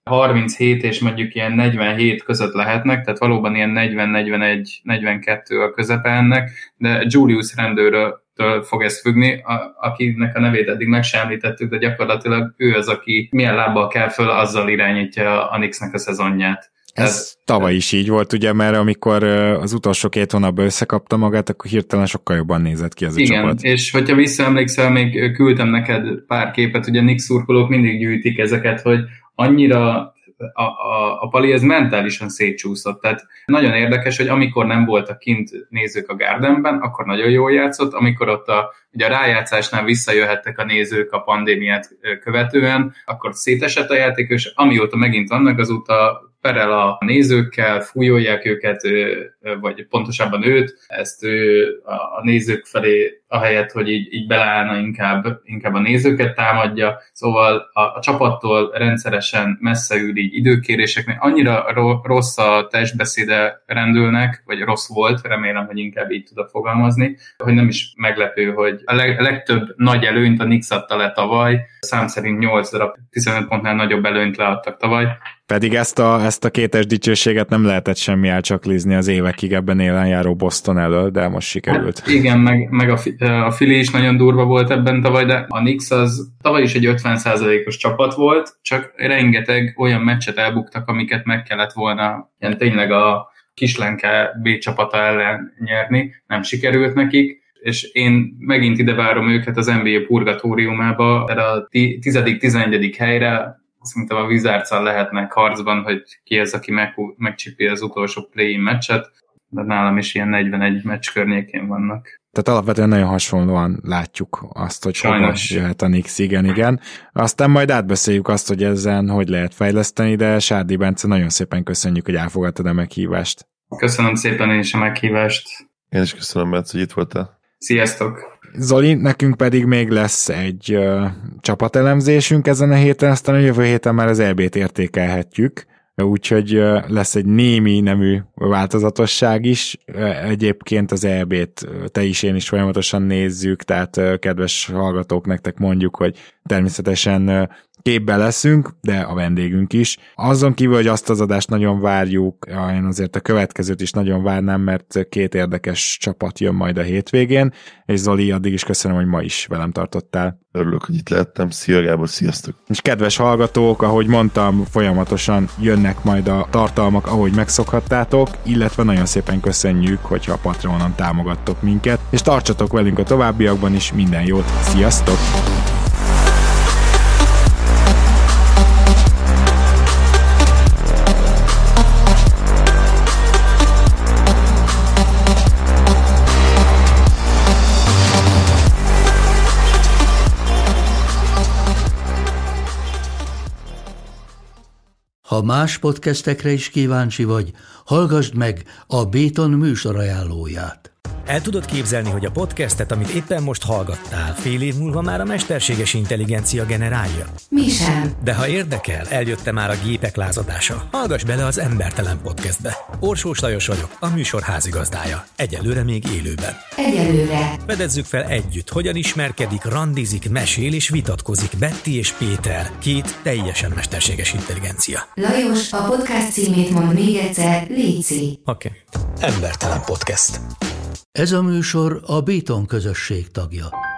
harminchét és mondjuk ilyen negyvenhét között lehetnek, tehát valóban ilyen negyven, negyvenegy, negyvenkettő a közepe ennek, de Julius Randle től fog ez függni, a, akinek a nevét eddig meg sem említettük, de gyakorlatilag ő az, aki milyen lábbal kell föl, azzal irányítja a Knicksnek a szezonját. Ez ez tavaly is így volt, ugye, mert amikor az utolsó két hónapban összekapta magát, akkor hirtelen sokkal jobban nézett ki az igen, a csapat. Igen, és hogyha visszaemlékszel, még küldtem neked pár képet, ugye Knicks szurkolók mindig gyűjtik ezeket, hogy annyira a, a, a pali ez mentálisan szétcsúszott, tehát nagyon érdekes, hogy amikor nem voltak kint nézők a Gardenben, akkor nagyon jól játszott, amikor ott a, ugye a rájátszásnál visszajöhettek a nézők a pandémiát követően, akkor szétesett a játék, és amióta megint vannak, azóta perel a nézőkkel, fújolják őket, vagy pontosabban őt, ezt ő a nézők felé, ahelyett, hogy így, így beleállna, inkább, inkább a nézőket támadja. Szóval a, a csapattól rendszeresen messze ül így időkéréseknél. Annyira rossz a testbeszéde Randle-nek, vagy rossz volt, remélem, hogy inkább így tudok fogalmazni, hogy nem is meglepő, hogy a leg, legtöbb nagy előnyt a Knicks adta le tavaly, szám szerint nyolc darab tizenöt pontnál nagyobb előnyt leadtak tavaly. Pedig ezt a, ezt a kétes dicsőséget nem lehetett semmi elcsaklizni az évekig ebben élen járó Boston elől, de most sikerült. Hát igen, meg, meg a, a Philly is nagyon durva volt ebben tavaly, de a Knicks az tavaly is egy ötven százalékos csapat volt, csak rengeteg olyan meccset elbuktak, amiket meg kellett volna ilyen tényleg a Kislenke B csapata ellen nyerni, nem sikerült nekik, és én megint ide várom őket az en bé á purgatóriumába, erre a tizedik-tizenegyedik helyre. Szerintem a Wizardsszal lehetnek harcban, hogy ki az, aki meg, megcsipi az utolsó play-in meccset, de nálam is ilyen negyvenegy meccs környékén vannak. Tehát alapvetően nagyon hasonlóan látjuk azt, hogy hova jöhet a Knicks, igen, igen. Aztán majd átbeszéljük azt, hogy ezen hogy lehet fejleszteni, de Sárdi Bence, nagyon szépen köszönjük, hogy elfogadtad a meghívást. Köszönöm szépen én is a meghívást. Én is köszönöm, Bence, hogy itt voltál. Sziasztok! Zoli, nekünk pedig még lesz egy uh, csapatelemzésünk ezen a héten, aztán a jövő héten már az é bét értékelhetjük, úgyhogy uh, lesz egy némi nemű változatosság is. Uh, egyébként az é bét te is, én is folyamatosan nézzük, tehát uh, kedves hallgatók, nektek mondjuk, hogy természetesen uh, képben leszünk, de a vendégünk is. Azon kívül, hogy azt az adást nagyon várjuk, én azért a következőt is nagyon várnám, mert két érdekes csapat jön majd a hétvégén, és Zoli, addig is köszönöm, hogy ma is velem tartottál. Örülök, hogy itt lehettem. Szia Gábor, sziasztok! És kedves hallgatók, ahogy mondtam, folyamatosan jönnek majd a tartalmak, ahogy megszokhattátok, illetve nagyon szépen köszönjük, hogyha a Patreonon támogattok minket, és tartsatok velünk a továbbiakban is, minden jót, sziasztok! Ha más podcastekre is kíváncsi vagy, hallgassd meg a Béton műsor ajánlóját. El tudod képzelni, hogy a podcastet, amit éppen most hallgattál, fél év múlva már a mesterséges intelligencia generálja? Mi sem. De ha érdekel, eljött már a gépek lázadása. Hallgass bele az Embertelen podcastbe. Orsós Lajos vagyok, a műsor házigazdája. Egyelőre még élőben. Egyelőre. Fedezzük fel együtt, hogyan ismerkedik, randizik, mesél és vitatkozik Betty és Péter, két teljesen mesterséges intelligencia. Lajos, a podcast címét mond még egyszer, léci. Oké. Okay. Embertelen podcast. Ez a műsor a Béton közösség tagja.